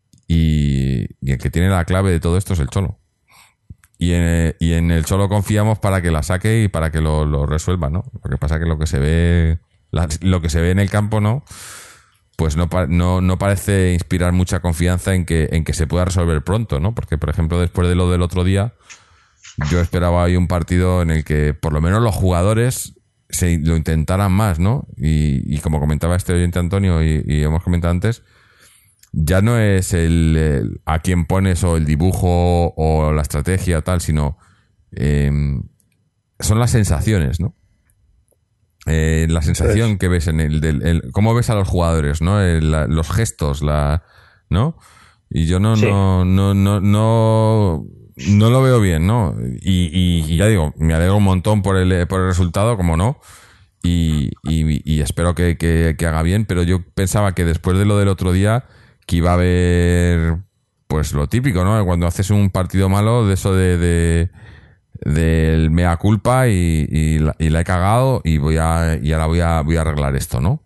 Y, y el que tiene la clave de todo esto es el Cholo. Y en, y en el Cholo confiamos para que la saque y para que lo, lo resuelva, ¿no? Lo que pasa es que lo que se ve la, lo que se ve en el campo, ¿no? pues no, no, no parece inspirar mucha confianza en que, en que se pueda resolver pronto, ¿no? Porque, por ejemplo, después de lo del otro día, yo esperaba ahí un partido en el que por lo menos los jugadores se lo intentaran más, ¿no? Y, y como comentaba este oyente Antonio y, y hemos comentado antes, ya no es el, el a quién pones o el dibujo o la estrategia tal, sino eh, son las sensaciones, ¿no? Eh, la sensación pues, que ves en el, del, el cómo ves a los jugadores, ¿no? El, la, los gestos, la, ¿no? Y yo no, sí. no, no, no, no, no lo veo bien, ¿no? Y, y, y ya digo, me alegro un montón por el, por el resultado, como no, y, y, y espero que, que, que haga bien, pero yo pensaba que después de lo del otro día, que iba a haber, pues lo típico, ¿no? Cuando haces un partido malo, de eso de, de del mea culpa y, y, la, y la he cagado y voy a y ahora voy a voy a arreglar esto, ¿no?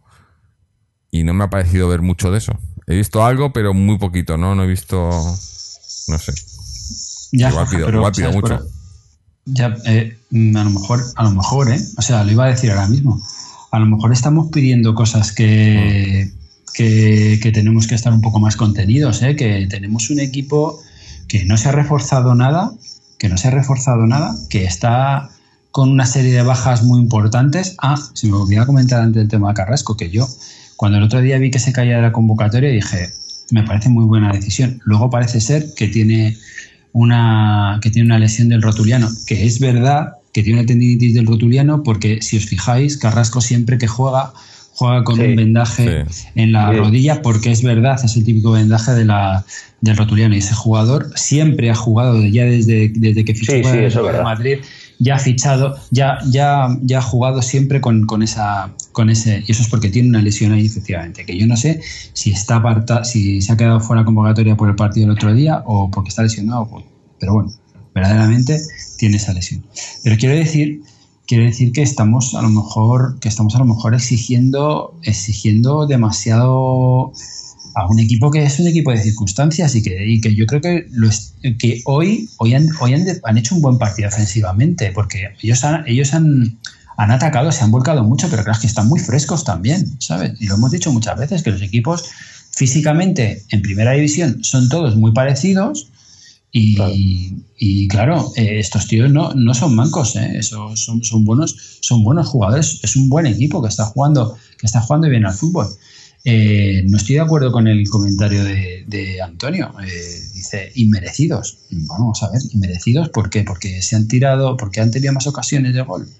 Y no me ha parecido ver mucho de eso. He visto algo, pero muy poquito, ¿no? No he visto, no sé. Ya, igual pido, pero, igual pido mucho. Por, ya, eh, a lo mejor, a lo mejor, ¿eh? O sea, lo iba a decir ahora mismo. A lo mejor estamos pidiendo cosas que, mm. que, que tenemos que estar un poco más contenidos, ¿eh? Que tenemos un equipo que no se ha reforzado nada. que no se ha reforzado nada, que está con una serie de bajas muy importantes. Ah, se me olvidó comentar antes el tema de Carrasco, que yo, cuando el otro día vi que se caía de la convocatoria, dije, me parece muy buena decisión. Luego parece ser que tiene una, que tiene una lesión del rotuliano, que es verdad que tiene una tendinitis del rotuliano, porque si os fijáis, Carrasco siempre que juega, juega con sí, un vendaje sí. en la sí. rodilla, porque es verdad, es el típico vendaje de la, del rotuliano. Y ese jugador siempre ha jugado, ya desde, desde que fichó sí, sí, en Madrid, ya ha fichado, ya, ya, ya ha jugado siempre con, con, esa, con ese. Y eso es porque tiene una lesión ahí, efectivamente. Que yo no sé si está aparta, si se ha quedado fuera convocatoria por el partido del otro día o porque está lesionado. Pero bueno, verdaderamente tiene esa lesión. Pero quiero decir. Quiere decir que estamos a lo mejor que estamos a lo mejor exigiendo exigiendo demasiado a un equipo que es un equipo de circunstancias y que, y que yo creo que lo es, que hoy hoy han hoy han, han hecho un buen partido ofensivamente, porque ellos han ellos han, han atacado, se han volcado mucho, pero claro, es que están muy frescos también, ¿sabes? Y lo hemos dicho muchas veces, que los equipos físicamente en primera división son todos muy parecidos. Y claro, y, claro eh, estos tíos no, no son mancos, ¿eh? Eso, son, son, buenos, son buenos jugadores. Es un buen equipo que está jugando, que está jugando bien al fútbol. Eh, no estoy de acuerdo con el comentario de, de Antonio. Eh, dice inmerecidos. Vamos a ver, inmerecidos, ¿por qué? Porque se han tirado, porque han tenido más ocasiones de gol.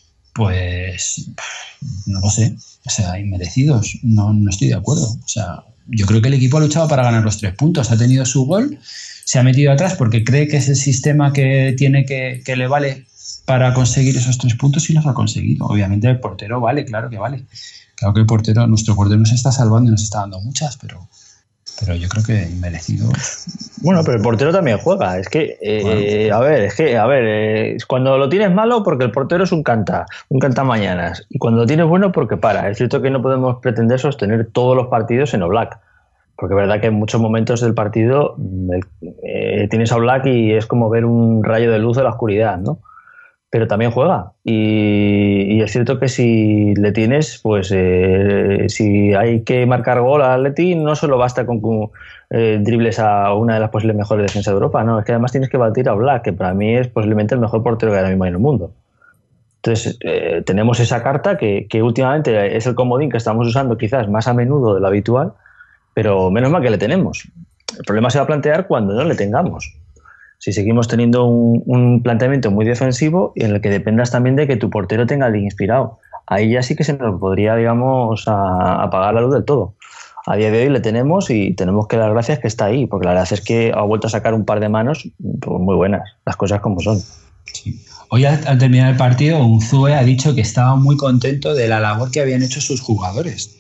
Pues no lo sé. O sea, inmerecidos. No, no estoy de acuerdo. O sea, yo creo que el equipo ha luchado para ganar los tres puntos. Ha tenido su gol. Se ha metido atrás porque cree que es el sistema que tiene que, que le vale para conseguir esos tres puntos y los ha conseguido. Obviamente el portero vale, claro que vale. Claro que el portero, nuestro portero nos está salvando y nos está dando muchas, pero, pero yo creo que inmerecido. Bueno, pero el portero también juega. Es que, eh, bueno, a ver, es que, a ver, eh, cuando lo tienes malo, porque el portero es un canta, un cantamañanas. Y cuando lo tienes bueno, porque para. Es cierto que no podemos pretender sostener todos los partidos en Oblak. Porque es verdad que en muchos momentos del partido eh, tienes a Oblak y es como ver un rayo de luz en la oscuridad, ¿no? Pero también juega. Y, y es cierto que si le tienes, pues eh, si hay que marcar gol al Atleti, no solo basta con eh, dribles a una de las posibles mejores defensas de Europa, no, es que además tienes que batir a Oblak, que para mí es posiblemente el mejor portero que hay ahora mismo en el mundo. Entonces, eh, tenemos esa carta que, que últimamente es el comodín que estamos usando quizás más a menudo de lo habitual, pero menos mal que le tenemos. El problema se va a plantear cuando no le tengamos. Si seguimos teniendo un, un planteamiento muy defensivo y en el que dependas también de que tu portero tenga alguien inspirado. Ahí ya sí que se nos podría, digamos, a, apagar la luz del todo. A día de hoy le tenemos y tenemos que dar gracias que está ahí, porque la verdad es que ha vuelto a sacar un par de manos pues, muy buenas, las cosas como son. Sí. Hoy al, al terminar el partido, Unzue ha dicho que estaba muy contento de la labor que habían hecho sus jugadores.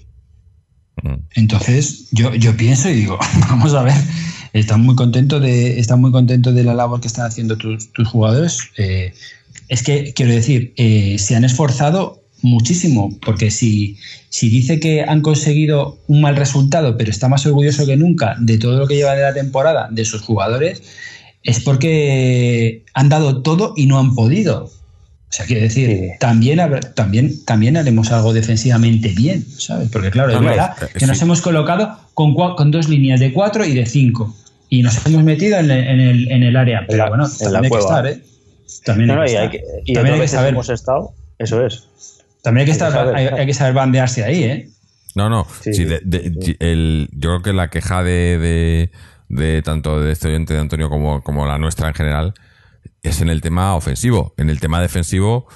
Entonces yo, yo pienso y digo, vamos a ver, están muy contentos de, están muy contentos de la labor que están haciendo tus, tus jugadores. Eh, es que, quiero decir, eh, se han esforzado muchísimo, porque si, si dice que han conseguido un mal resultado, pero está más orgulloso que nunca de todo lo que lleva de la temporada, de sus jugadores, es porque han dado todo y no han podido. O sea, quiero decir, Sí. también, habrá- también, también haremos algo defensivamente bien, ¿sabes? Porque claro, No, es no, verdad eh, que sí. nos hemos colocado con, cua- con dos líneas de cuatro y de cinco. Y nos hemos metido en el, en el, en el área. Pero la- bueno, en también la hay que cueva. estar, ¿eh? También No, hay no, que y, estar. hay que, y También otras hay que veces saber, hemos estado, eso es. también hay que, hay que estar, saber hay, estar. hay que saber bandearse ahí, ¿eh? No, no. Sí, Sí, sí, de- de- sí. el, yo creo que la queja de, de, de tanto de este oyente de Antonio como, como la nuestra en general es en el tema ofensivo. En el tema defensivo,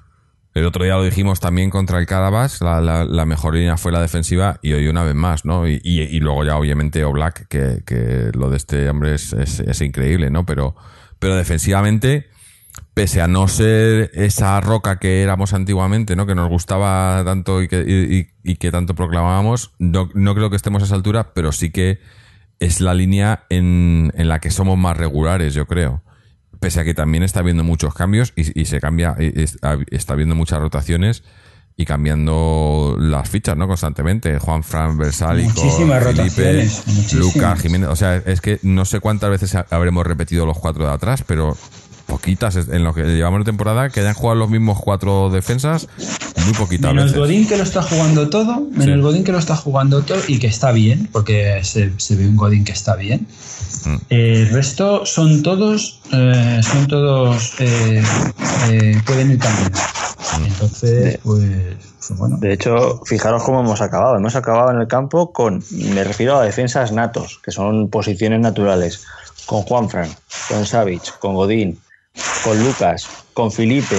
el otro día lo dijimos también contra el Carabas, la, la, la mejor línea fue la defensiva y hoy una vez más, ¿no? Y, y, y luego ya obviamente Oblak, que, que lo de este hombre es, es, es increíble, ¿no? Pero, pero defensivamente, pese a no ser esa roca que éramos antiguamente, ¿no? Que nos gustaba tanto y que, y, y que tanto proclamábamos, no, no creo que estemos a esa altura, pero sí que es la línea en, en la que somos más regulares, yo creo. Pese a que también está habiendo muchos cambios y, y se cambia, y está, está habiendo muchas rotaciones y cambiando las fichas, ¿no? Constantemente. Juan Fran, Versálico, Muchísimas Felipe, rotaciones, muchísimas. Lucas, Jiménez. O sea, es que no sé cuántas veces habremos repetido los cuatro de atrás, pero poquitas en lo que llevamos de temporada, que hayan jugado los mismos cuatro defensas, muy poquitas Menos veces. Godín, que lo está jugando todo, menos Sí. Godín, que lo está jugando todo y que está bien, porque se, se ve un Godín que está bien. Mm. Eh, el resto son todos, eh, son todos, eh, eh, pueden ir cambiando. Entonces, pues, pues bueno. De hecho, fijaros cómo hemos acabado. Hemos acabado en el campo con, me refiero a defensas natos, que son posiciones naturales, con Juanfran, con Savic, con Godín, con Lucas, con Felipe,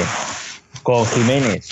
con Jiménez.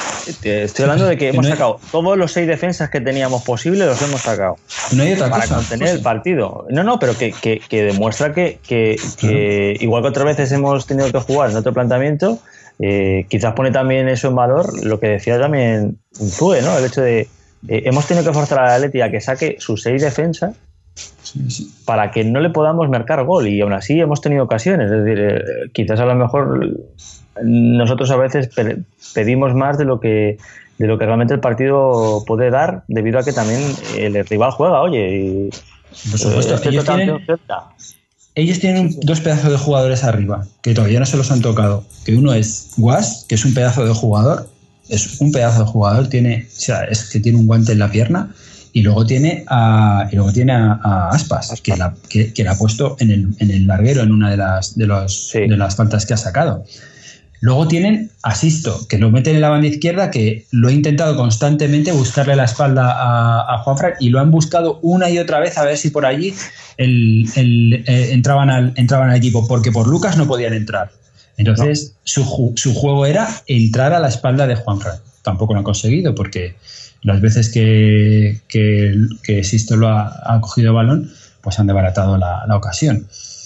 Te Estoy hablando de que hemos No hay- sacado todos los seis defensas que teníamos posible, los hemos sacado No hay otra para cosa. contener el partido. No, no, pero que, que, que demuestra que, que, que igual que otras veces hemos tenido que jugar en otro planteamiento, eh, quizás pone también eso en valor lo que decía también Zue, ¿no? El hecho de eh, hemos tenido que forzar a la Atleti a que saque sus seis defensas Sí, sí. para que no le podamos marcar gol, y aún así hemos tenido ocasiones. Es decir, eh, quizás a lo mejor nosotros a veces pe- pedimos más de lo que de lo que realmente el partido puede dar, debido a que también el rival juega, oye, y Por supuesto, eh, este ellos total tienen- de oferta. Ellos tienen un- dos pedazos de jugadores arriba, que todavía no se los han tocado. Que uno es Guas, que es un pedazo de jugador, es un pedazo de jugador, tiene, o sea, es que tiene un guante en la pierna, y luego tiene a, y luego tiene a, a Aspas, que la, que, que la ha puesto en el, en el larguero en una de las, de, los, Sí. de las faltas que ha sacado. Luego tienen a Sisto, que lo meten en la banda izquierda, que lo he intentado constantemente buscarle la espalda a, a Juanfran, y lo han buscado una y otra vez a ver si por allí el, el, eh, entraban, al, entraban al equipo, porque por Lucas no podían entrar. Entonces, su, ju- su juego era entrar a la espalda de Juanfran. Tampoco lo han conseguido, porque las veces que, que, que Sisto lo ha, ha cogido el balón, pues han desbaratado la, la ocasión.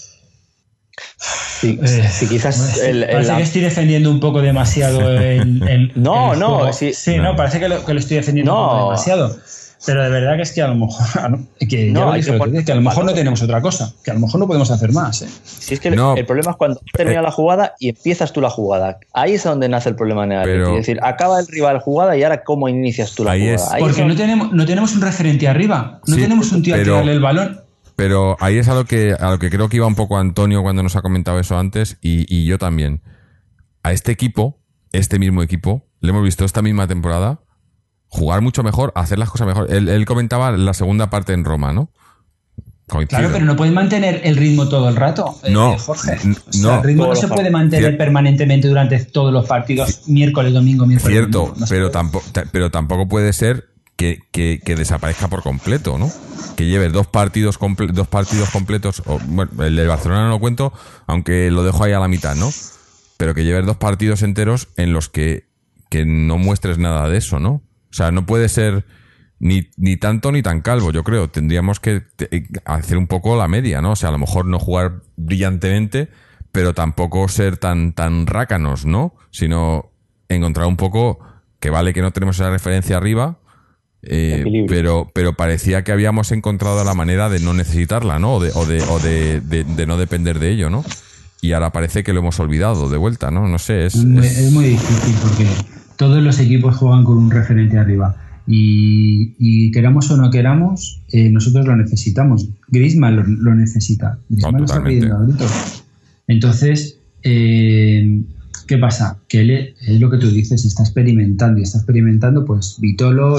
Sí, Eh, sí, quizás el, el- parece que estoy defendiendo un poco demasiado el, el- No, el no, juego. sí. sí, No. no, parece que lo, que lo estoy defendiendo No. un poco demasiado. Pero de verdad que es que a lo mejor, a lo- que, No, ya lo hay dije que el otro día, que a lo mejor no valor. tenemos otra cosa, que a lo mejor no podemos hacer más. ¿eh? si es que No. el problema es cuando termina la jugada y empiezas tú la jugada. Ahí es donde nace el problema en el Atleti. Pero- Es decir, acaba el rival jugada y ahora cómo inicias tú la Ahí jugada. es. Ahí Porque es no donde- tenemos, no tenemos un referente arriba, no Sí, tenemos un tío a pero- tirarle el balón. Pero ahí es a lo que, a lo que creo que iba un poco Antonio cuando nos ha comentado eso antes, y, y yo también. A este equipo, este mismo equipo, le hemos visto esta misma temporada jugar mucho mejor, hacer las cosas mejor. Él, él comentaba la segunda parte en Roma, ¿no? Coincido. Claro, pero no puedes mantener el ritmo todo el rato, eh, No, Jorge. n- O sea, no. el ritmo no Todos se los puede partidos. mantener Cier- permanentemente durante todos los partidos, miércoles, domingo, miércoles, Cierto, domingo. No se pero, puede. tampoco, pero tampoco puede ser que, que, que desaparezca por completo, ¿no? Que lleves dos partidos comple- dos partidos completos, o, bueno, el de Barcelona no lo cuento, aunque lo dejo ahí a la mitad, ¿no? Pero que lleves dos partidos enteros en los que, que no muestres nada de eso, ¿no? O sea, no puede ser ni, ni tanto ni tan calvo, yo creo. Tendríamos que te- hacer un poco la media, ¿no? O sea, a lo mejor no jugar brillantemente, pero tampoco ser tan, tan rácanos, ¿no? Sino encontrar un poco que vale que no tenemos esa referencia arriba, eh, Equilibrio. pero, pero parecía que habíamos encontrado la manera de no necesitarla, ¿no? O de, o de, o de, de, de no depender de ello, ¿no? Y ahora parece que lo hemos olvidado de vuelta, ¿no? No sé, es... Es muy, es- es muy difícil porque todos los equipos juegan con un referente arriba. Y, y queramos o no queramos, eh, nosotros lo necesitamos. Griezmann lo, lo necesita. Griezmann No, lo está totalmente. pidiendo a gritos. Entonces, eh, ¿Qué pasa? Que él, es lo que tú dices, está experimentando y está experimentando, pues Vitolo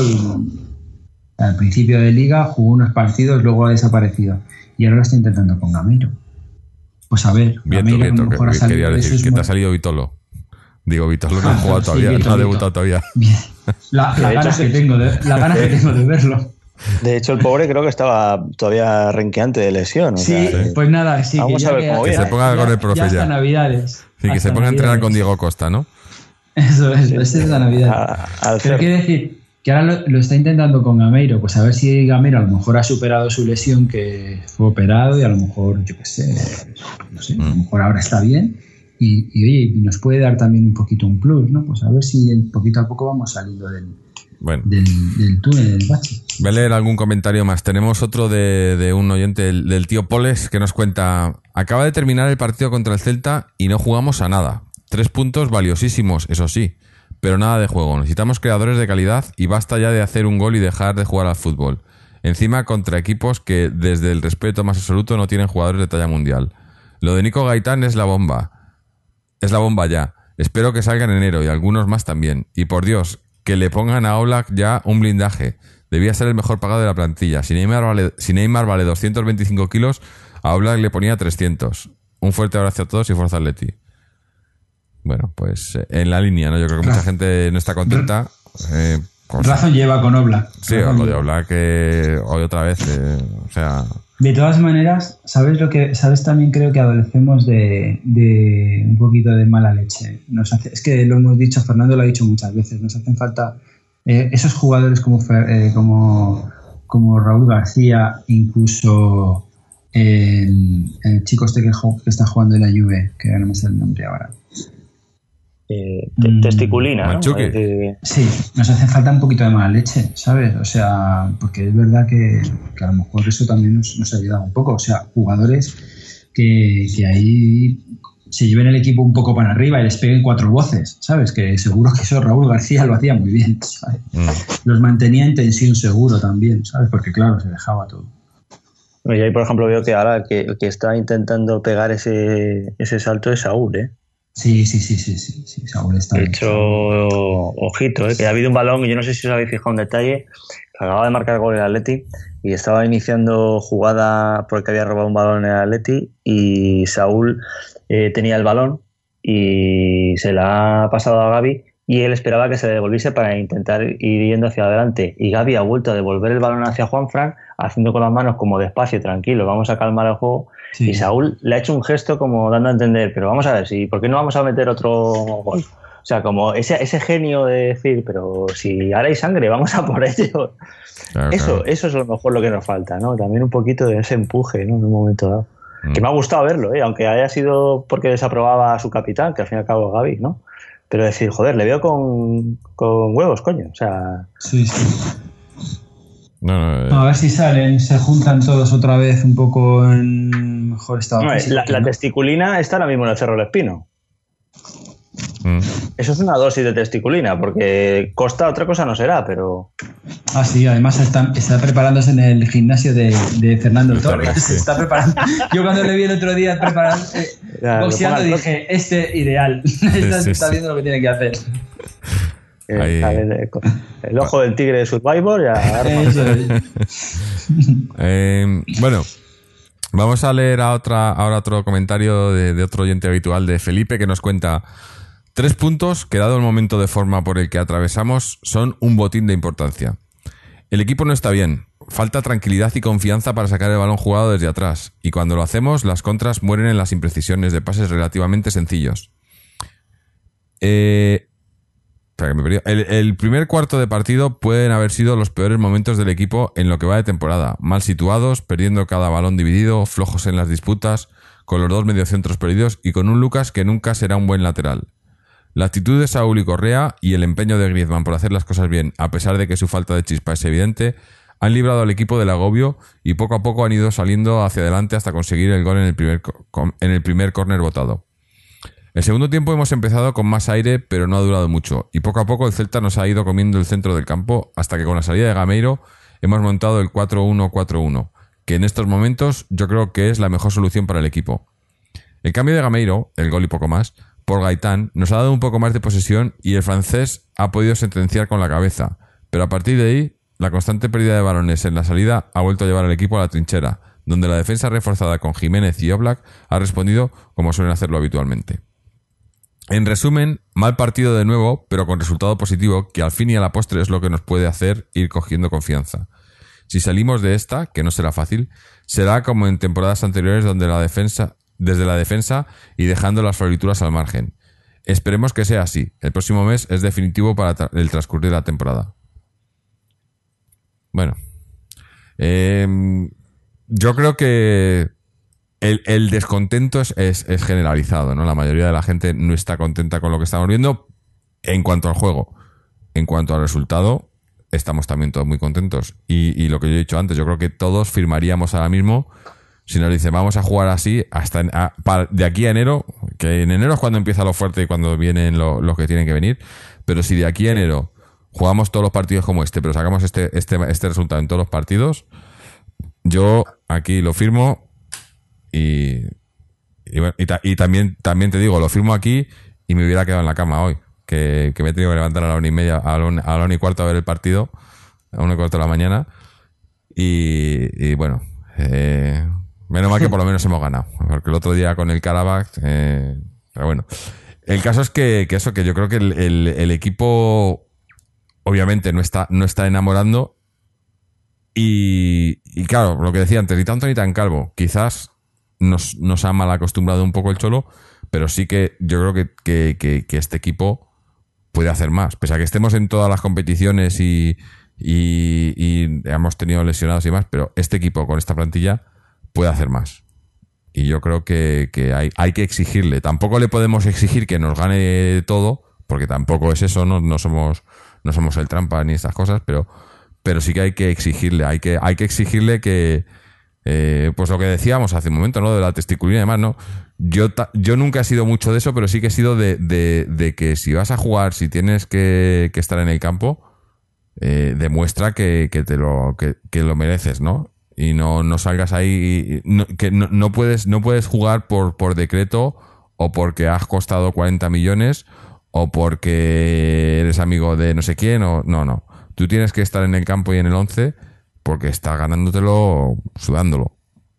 al principio de liga jugó unos partidos, luego ha desaparecido y ahora lo está intentando con Gameiro. Pues a ver, Vieto, Gameiro Vieto, a lo mejor ha que, salido quería de decir sus que te mo- ha salido Vitolo. Digo, Vitolo no Ah, ha jugado sí, todavía, Vieto, no ha Vieto. debutado todavía. Bien. La, De las hecho, ganas sí. que tengo de, las ganas que tengo de verlo. De hecho, el pobre creo que estaba todavía renqueante de lesión. O Sí, sea, pues nada, sí. Vamos que ya a ver que, cómo Que viene. se ponga con el profe ya. hasta ya. Navidades. Sí, que Hasta se ponga a entrenar Navidades. con Diego Costa, ¿no? Eso es, esa es la Navidad. A- al Pero cer- quiere decir que ahora lo, lo está intentando con Gameiro, pues a ver si Gameiro a lo mejor ha superado su lesión, que fue operado y a lo mejor, yo qué sé, no sé, a lo mejor ahora está bien y, y oye, nos puede dar también un poquito un plus, ¿no? Pues a ver si poquito a poco vamos saliendo del, Bueno, del, del túnel, del bache. voy a leer algún comentario más. Tenemos otro de, de un oyente, del, del tío Poles, que nos cuenta: acaba de terminar el partido contra el Celta y no jugamos a nada. Tres puntos valiosísimos, eso sí, pero nada de juego. Necesitamos creadores de calidad y basta ya de hacer un gol y dejar de jugar al fútbol. Encima contra equipos que, desde el respeto más absoluto, no tienen jugadores de talla mundial. Lo de Nico Gaitán es la bomba. Es la bomba ya. Espero que salga en enero y algunos más también. Y por Dios, que le pongan a Oblak ya un blindaje. Debía ser el mejor pagado de la plantilla. Si Neymar vale, si Neymar vale doscientos veinticinco kilos, a Oblak le ponía trescientos. Un fuerte abrazo a todos y fuerza Atleti. Bueno, pues eh, en la línea, ¿no? Yo creo que mucha gente no está contenta. Eh, con- Razón lleva con Oblak. sí, Razón lo de lleva. Oblak que hoy otra vez, eh, o sea... De todas maneras, ¿sabes lo que sabes? También creo que adolecemos de, de un poquito de mala leche. Nos hace, es que lo hemos dicho, Fernando lo ha dicho muchas veces, nos hacen falta eh, esos jugadores como, Fer- eh, como, como Raúl García, incluso el, el chico este que, jo- que está jugando en la Juve, que no me sé el nombre ahora. eh, te- Mm, testiculina, ¿no? Manchuki. Es decir, Sí, nos hace falta un poquito de mala leche, ¿sabes? O sea, porque es verdad que, que a lo mejor eso también nos, nos ayuda un poco. O sea, jugadores que, que ahí se lleven el equipo un poco para arriba y les peguen cuatro voces, ¿sabes? Que seguro que eso Raúl García lo hacía muy bien, ¿sabes? Mm. Los mantenía en tensión seguro también, ¿sabes? Porque claro, se dejaba todo. y ahí, por ejemplo, veo que ahora el que, el que está intentando pegar ese, ese salto es Saúl, ¿eh? Sí, sí, sí, sí, sí, sí, Saúl está De bien. hecho, ojito, ¿eh? Que ha habido un balón, y yo no sé si os habéis fijado un detalle, que acababa de marcar gol el Atleti y estaba iniciando jugada porque había robado un balón en el Atleti y Saúl eh, tenía el balón y se la ha pasado a Gavi y él esperaba que se le devolviese para intentar ir yendo hacia adelante y Gavi ha vuelto a devolver el balón hacia Juanfran haciendo con las manos como despacio, tranquilo, vamos a calmar el juego. Sí. Y Saúl le ha hecho un gesto como dando a entender, pero vamos a ver, si ¿por qué no vamos a meter otro gol? O sea, como ese, ese genio de decir, pero si ahora hay sangre, vamos a por ello. Claro, Eso, claro. eso es a lo mejor lo que nos falta, ¿no? También un poquito de ese empuje, ¿no? En un momento dado. Mm. Que me ha gustado verlo, ¿eh? Aunque haya sido porque desaprobaba a su capitán, que al fin y al cabo es Gavi, ¿no? Pero decir, joder, le veo con, con huevos, coño. O sea, Sí, sí. No, no, eh, A ver si salen, se juntan todos otra vez un poco en mejor estado hombre, físico, la, que la no. testiculina está ahora mismo en el Cerro del Espino. mm. Eso es una dosis de testiculina, porque Costa otra cosa no será, pero... Ah, sí, además está, está preparándose en el gimnasio de, de Fernando De Torres. Torres, sí. Se está preparando. Yo cuando le vi el otro día preparando, eh, Ya, lo boxeando ponga- dije, este ideal. está, sí, está Ah, sí. viendo lo que tiene que hacer. Eh, Ahí. a ver, eh, el ojo del tigre de Survivor ya arma. Eso es. Eh, bueno, vamos a leer a otra, ahora otro comentario de, de otro oyente habitual, de Felipe, que nos cuenta: tres puntos que, dado el momento de forma por el que atravesamos, son un botín de importancia. El equipo no está bien, falta tranquilidad y confianza para sacar el balón jugado desde atrás, y cuando lo hacemos, las contras mueren en las imprecisiones de pases relativamente sencillos. Eh... Espera, que me he perdido. El, el primer cuarto de partido pueden haber sido los peores momentos del equipo en lo que va de temporada. Mal situados, perdiendo cada balón dividido, flojos en las disputas, con los dos mediocentros perdidos y con un Lucas que nunca será un buen lateral. La actitud de Saúl y Correa y el empeño de Griezmann por hacer las cosas bien, a pesar de que su falta de chispa es evidente, han librado al equipo del agobio y poco a poco han ido saliendo hacia adelante hasta conseguir el gol en el primer, co- en el primer córner votado. El segundo tiempo hemos empezado con más aire, pero no ha durado mucho, y poco a poco el Celta nos ha ido comiendo el centro del campo hasta que con la salida de Gameiro hemos montado el cuatro uno cuatro uno, que en estos momentos yo creo que es la mejor solución para el equipo. El cambio de Gameiro, el gol y poco más, por Gaitán, nos ha dado un poco más de posesión y el francés ha podido sentenciar con la cabeza. Pero a partir de ahí, la constante pérdida de balones en la salida ha vuelto a llevar al equipo a la trinchera, donde la defensa reforzada con Jiménez y Oblak ha respondido como suelen hacerlo habitualmente. En resumen, mal partido de nuevo, pero con resultado positivo, que al fin y a la postre es lo que nos puede hacer ir cogiendo confianza. Si salimos de esta, que no será fácil, será como en temporadas anteriores donde la defensa, desde la defensa y dejando las florituras al margen. Esperemos que sea así. El próximo mes es definitivo para tra- el transcurrir de la temporada. Bueno, eh, yo creo que el, el descontento es, es, es generalizado, ¿no? La mayoría de la gente no está contenta con lo que estamos viendo en cuanto al juego. En cuanto al resultado, estamos también todos muy contentos. Y, y lo que yo he dicho antes, yo creo que todos firmaríamos ahora mismo, si nos dicen vamos a jugar así hasta en, a, para, de aquí a enero, que en enero es cuando empieza lo fuerte y cuando vienen lo, los que tienen que venir, pero si de aquí a enero jugamos todos los partidos como este, pero sacamos este, este, este resultado en todos los partidos, yo aquí lo firmo y, y, bueno, y, ta, y también, también te digo, lo firmo aquí y me hubiera quedado en la cama hoy, que, que me he tenido que levantar a la una y media, a la una, a la una y cuarto a ver el partido, a la una y cuarto de la mañana, y, y bueno, eh, menos mal que por lo menos hemos ganado, porque el otro día con el Karabakh, eh, pero bueno, el caso es que, que eso, que yo creo que el, el, el equipo obviamente no está, no está enamorando. Y, y claro, lo que decía antes, ni tanto ni tan calvo. Quizás nos, nos ha mal acostumbrado un poco el Cholo, pero sí que yo creo que, que, que, que este equipo puede hacer más. Pese a que estemos en todas las competiciones y, y, y hemos tenido lesionados y demás, pero este equipo con esta plantilla puede hacer más. Y yo creo que, que hay, hay que exigirle. Tampoco le podemos exigir que nos gane todo, porque tampoco es eso, no, no somos, no somos el trampa ni estas cosas, pero pero sí que hay que exigirle, hay que, hay que exigirle que, eh, pues lo que decíamos hace un momento, ¿no? De la testiculina y demás, ¿no? Yo, ta, yo nunca he sido mucho de eso, pero sí que he sido de, de, de que si vas a jugar, si tienes que, que estar en el campo, eh, demuestra que, que te lo, que, que lo mereces, ¿no? Y no, no salgas ahí, y, no, que no, no puedes, no puedes jugar por, por decreto o porque has costado cuarenta millones o porque eres amigo de no sé quién, o no, no. Tú tienes que estar en el campo y en el once porque estás ganándotelo sudándolo.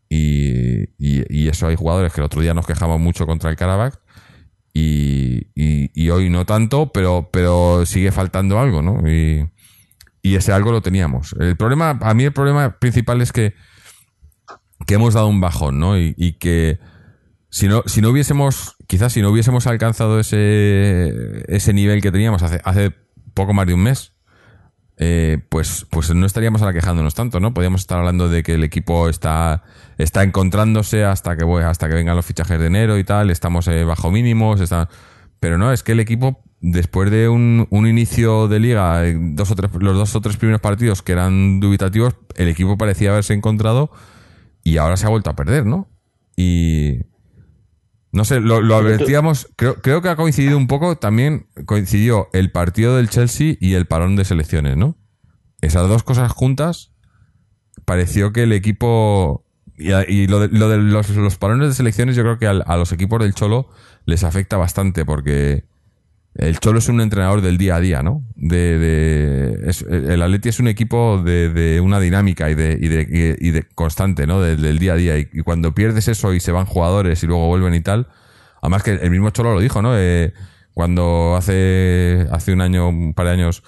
Y, y, y eso hay jugadores que el otro día nos quejamos mucho contra el Karabakh y, y, y hoy no tanto, pero, pero sigue faltando algo, ¿no? Y, y ese algo lo teníamos. El problema, a mí el problema principal es que, que hemos dado un bajón, ¿no? Y, y que si no, si no hubiésemos, quizás si no hubiésemos alcanzado ese, ese nivel que teníamos hace, hace poco más de un mes, Eh, pues, pues no estaríamos ahora quejándonos tanto, ¿no? Podríamos estar hablando de que el equipo está, está encontrándose hasta que, hasta que vengan los fichajes de enero y tal, estamos eh, bajo mínimos, está... pero no, es que el equipo, después de un, un inicio de liga, dos o tres, los dos o tres primeros partidos que eran dubitativos, el equipo parecía haberse encontrado y ahora se ha vuelto a perder, ¿no? Y... no sé, lo, lo advertíamos, creo, creo que ha coincidido un poco, también coincidió el partido del Chelsea y el parón de selecciones, ¿no? Esas dos cosas juntas, pareció que el equipo, y, y lo de, lo de los, los parones de selecciones yo creo que a, a los equipos del Cholo les afecta bastante, porque el Cholo es un entrenador del día a día, ¿no? De, de es, el Atleti es un equipo de, de una dinámica y de, y de, y de constante, ¿no? Del, del día a día. Y, y cuando pierdes eso y se van jugadores y luego vuelven y tal, además que el mismo Cholo lo dijo, ¿no? Eh, cuando hace, hace un año, un par de años,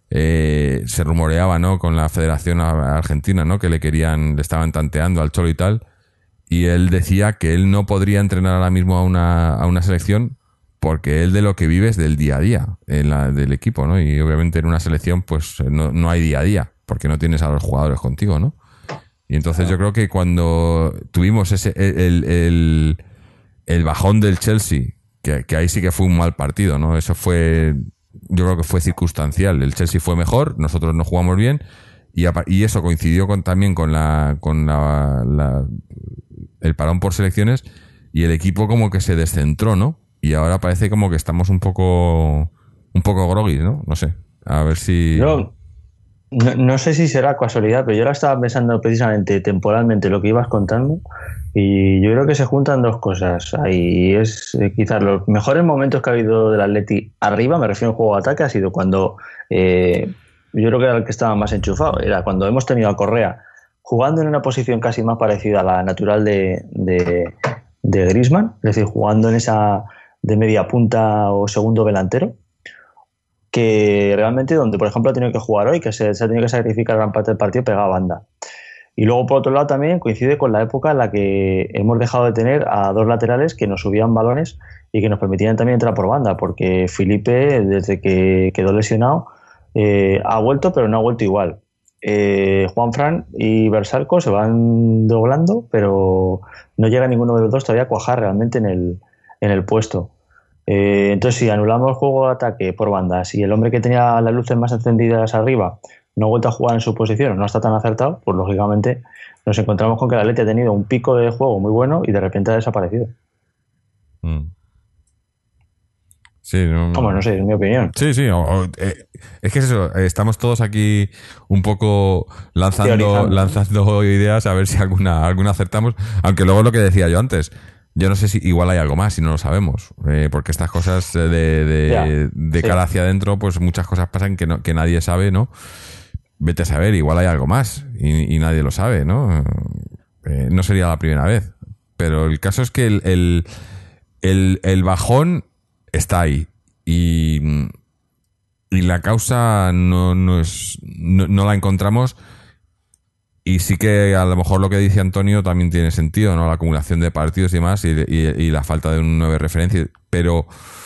eh, se rumoreaba, ¿no? Con la Federación Argentina, ¿no? Que le querían, le estaban tanteando al Cholo y tal. Y él decía que él no podría entrenar ahora mismo a una, a una selección porque él de lo que vive es del día a día en la, del equipo, ¿no? Y obviamente en una selección pues no, no hay día a día porque no tienes a los jugadores contigo, ¿no? Y entonces yo creo que cuando tuvimos ese el, el, el bajón del Chelsea, que, que ahí sí que fue un mal partido, ¿no? Eso fue, yo creo que fue circunstancial. El Chelsea fue mejor, nosotros no jugamos bien y, y eso coincidió con, también con la con la, la el parón por selecciones y el equipo como que se descentró, ¿no? Y ahora parece como que estamos un poco un poco groggy, ¿no? No sé. A ver si... Yo, No, no sé si será casualidad, pero yo ahora estaba pensando precisamente temporalmente lo que ibas contando y yo creo que se juntan dos cosas. Ahí es eh, quizás los mejores momentos que ha habido del Atleti arriba, me refiero al juego de ataque, ha sido cuando eh, yo creo que era el que estaba más enchufado, era cuando hemos tenido a Correa jugando en una posición casi más parecida a la natural de, de, de Griezmann, es decir, jugando en esa de media punta o segundo delantero, que realmente donde, por ejemplo, ha tenido que jugar hoy, que se, se ha tenido que sacrificar gran parte del partido pegada a banda. Y luego, por otro lado, también coincide con la época en la que hemos dejado de tener a dos laterales que nos subían balones y que nos permitían también entrar por banda, porque Felipe, desde que quedó lesionado, eh, ha vuelto, pero no ha vuelto igual. Eh, Juanfran y Bersalco se van doblando, pero no llega ninguno de los dos todavía a cuajar realmente en el, en el puesto. Eh, entonces, si anulamos el juego de ataque por bandas y el hombre que tenía las luces más encendidas arriba no ha vuelto a jugar en su posición, no está tan acertado, pues lógicamente nos encontramos con que el Atleti ha tenido un pico de juego muy bueno y de repente ha desaparecido. Mm. Sí, no, Vamos, no sé, es mi opinión. Sí, sí. O, o, eh, es que es eso, eh, estamos todos aquí un poco lanzando, Teorizando. lanzando ideas a ver si alguna, alguna acertamos. Aunque luego lo que decía yo antes, yo no sé si igual hay algo más y no lo sabemos. Eh, porque estas cosas de, de, Ya, de sí. cara hacia adentro, pues muchas cosas pasan que, no, que nadie sabe, ¿no? Vete a saber, igual hay algo más y, y nadie lo sabe, ¿no? Eh, no sería la primera vez. Pero el caso es que el, el, el, el bajón está ahí y, y la causa no, no es no, no la encontramos, y sí que a lo mejor lo que dice Antonio también tiene sentido, ¿no? La acumulación de partidos y demás y, y, y la falta de un nueve referencia, pero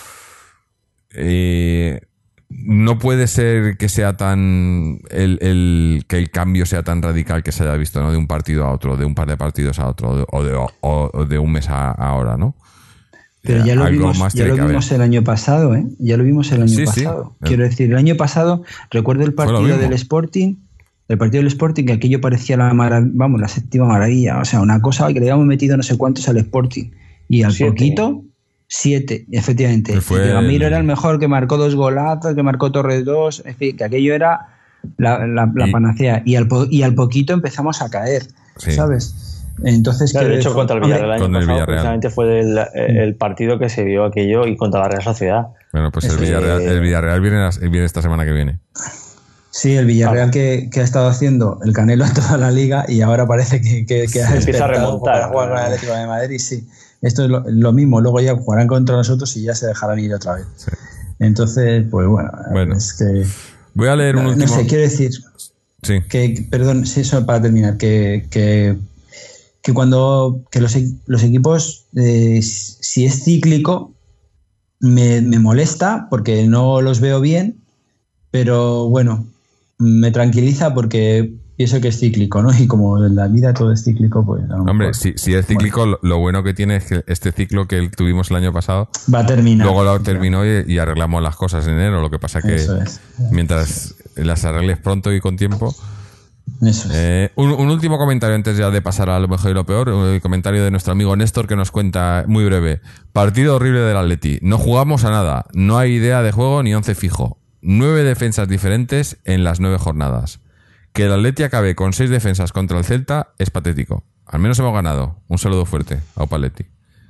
eh, no puede ser que sea tan el, el que el cambio sea tan radical que se haya visto, ¿no? De un partido a otro, de un par de partidos a otro, o de, o, o de un mes a, a ahora, ¿no? Pero ya lo Algo vimos, más ya tiene lo que vimos haber. el año pasado, ¿eh? Ya lo vimos el año Sí, sí. pasado. Quiero decir, el año pasado, recuerdo el Fue lo partido mismo. del Sporting, el partido del Sporting, que aquello parecía la marav- vamos, la séptima maravilla. O sea, una cosa que le habíamos metido no sé cuántos al Sporting. Y al Siete. poquito, siete, efectivamente. Que fue y que Gamiro el- era el mejor, que marcó dos golazos, que marcó Torres dos, en fin, que aquello era la, la, la Y- panacea. Y al, po- y al poquito empezamos a caer, Sí. ¿sabes? Entonces, Claro, de quiero hecho, decir- contra el hombre, Villarreal el año Con el pasado, Villarreal. precisamente fue el, el partido que se vio aquello y contra la Real Sociedad. Bueno, pues el Eso, Villarreal, eh, el Villarreal viene, las- viene esta semana que viene. Sí, el Villarreal Claro. que, que ha estado haciendo el Canelo a toda la liga y ahora parece que, que, que ha Sí, empieza a despertado remontar. para jugar con el Atlético de Madrid. Sí, esto es lo, lo mismo. Luego ya jugarán contra nosotros y ya se dejarán ir otra vez. Sí. Entonces, pues bueno, Bueno. es que Voy a leer un no, no último. sé, quiero decir Sí. que, perdón, sí, eso para terminar, que, que, que cuando que los, e- los equipos, eh, si es cíclico, me, me molesta porque no los veo bien, pero bueno, me tranquiliza porque pienso que es cíclico, ¿no? Y como en la vida todo es cíclico, pues a lo Hombre, mejor si, si es cíclico, lo, lo bueno que tiene es que este ciclo que tuvimos el año pasado, va a terminar. luego lo terminó y, y arreglamos las cosas en enero. Lo que pasa que Eso es. mientras las arregles pronto y con tiempo. Eso es. Eh, un, un último comentario antes ya de pasar a lo mejor y lo peor. El comentario de nuestro amigo Néstor que nos cuenta muy breve. Partido horrible del Atleti. No jugamos a nada. No hay idea de juego ni once fijo. Nueve defensas diferentes en las nueve jornadas. Que el Atleti acabe con seis defensas contra el Celta es patético. Al menos hemos ganado. Un saludo fuerte a Opa Atleti.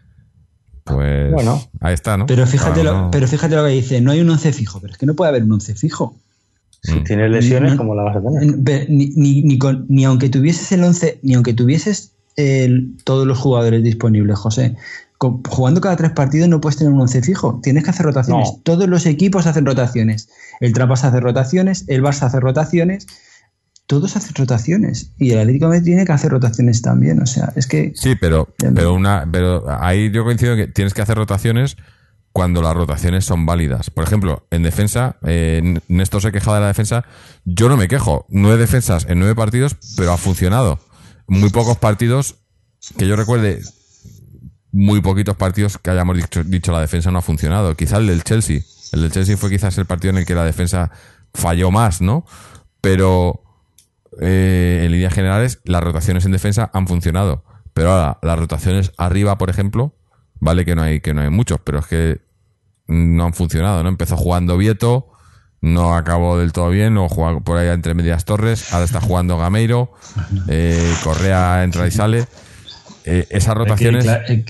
Pues Bueno. ahí está, ¿no? Pero fíjate, Cada lo, uno- pero fíjate lo que dice, no hay un once fijo, pero es que no puede haber un once fijo. Si Mm. tienes lesiones, No- ¿cómo la vas a tener? En- pe- Ni, ni, ni, con- ni aunque tuvieses el once, ni aunque tuvieses el- todos los jugadores disponibles, José, con- jugando cada tres partidos no puedes tener un once fijo, tienes que hacer rotaciones. No. Todos los equipos hacen rotaciones. El Trapas hace rotaciones, el Barça hace rotaciones, todos hacen rotaciones. Y el Atlético de Madrid tiene que hacer rotaciones también. O sea, es que Sí, pero, pero una, pero ahí yo coincido que tienes que hacer rotaciones cuando las rotaciones son válidas. Por ejemplo, en defensa, eh, Néstor se queja de la defensa. Yo no me quejo. Nueve defensas en nueve partidos, pero ha funcionado. Muy pocos partidos que yo recuerde, muy poquitos partidos que hayamos dicho, dicho la defensa no ha funcionado. Quizá el del Chelsea. El del Chelsea fue quizás el partido en el que la defensa falló más, ¿no? Pero eh, en líneas generales, las rotaciones en defensa han funcionado. Pero ahora, las rotaciones arriba, por ejemplo, vale que no hay, que no hay muchos, pero es que no han funcionado, ¿no? Empezó jugando Vieto, no acabó del todo bien, o jugaba por ahí entre medias torres, ahora está jugando Gameiro, eh, Correa entra y sale. Eh, esas rotaciones... Que, que,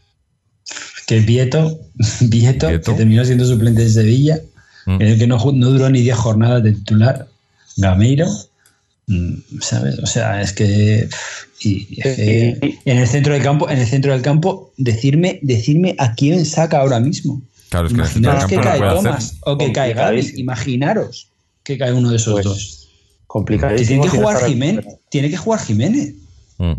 que Vieto, Vieto, Vieto, que terminó siendo suplente de Sevilla, mm. que no, no duró ni diez jornadas de titular, Gameiro, ¿sabes? O sea, es que, y, es que en el centro del campo, en el centro del campo, decirme, decirme a quién saca ahora mismo. Claro, es que imaginaros que cae Thomas o que cae Gaby, imaginaros que cae uno de esos pues, dos. Complicadísimo. Tiene que jugar Jiménez, tiene que jugar Jiménez. Mm.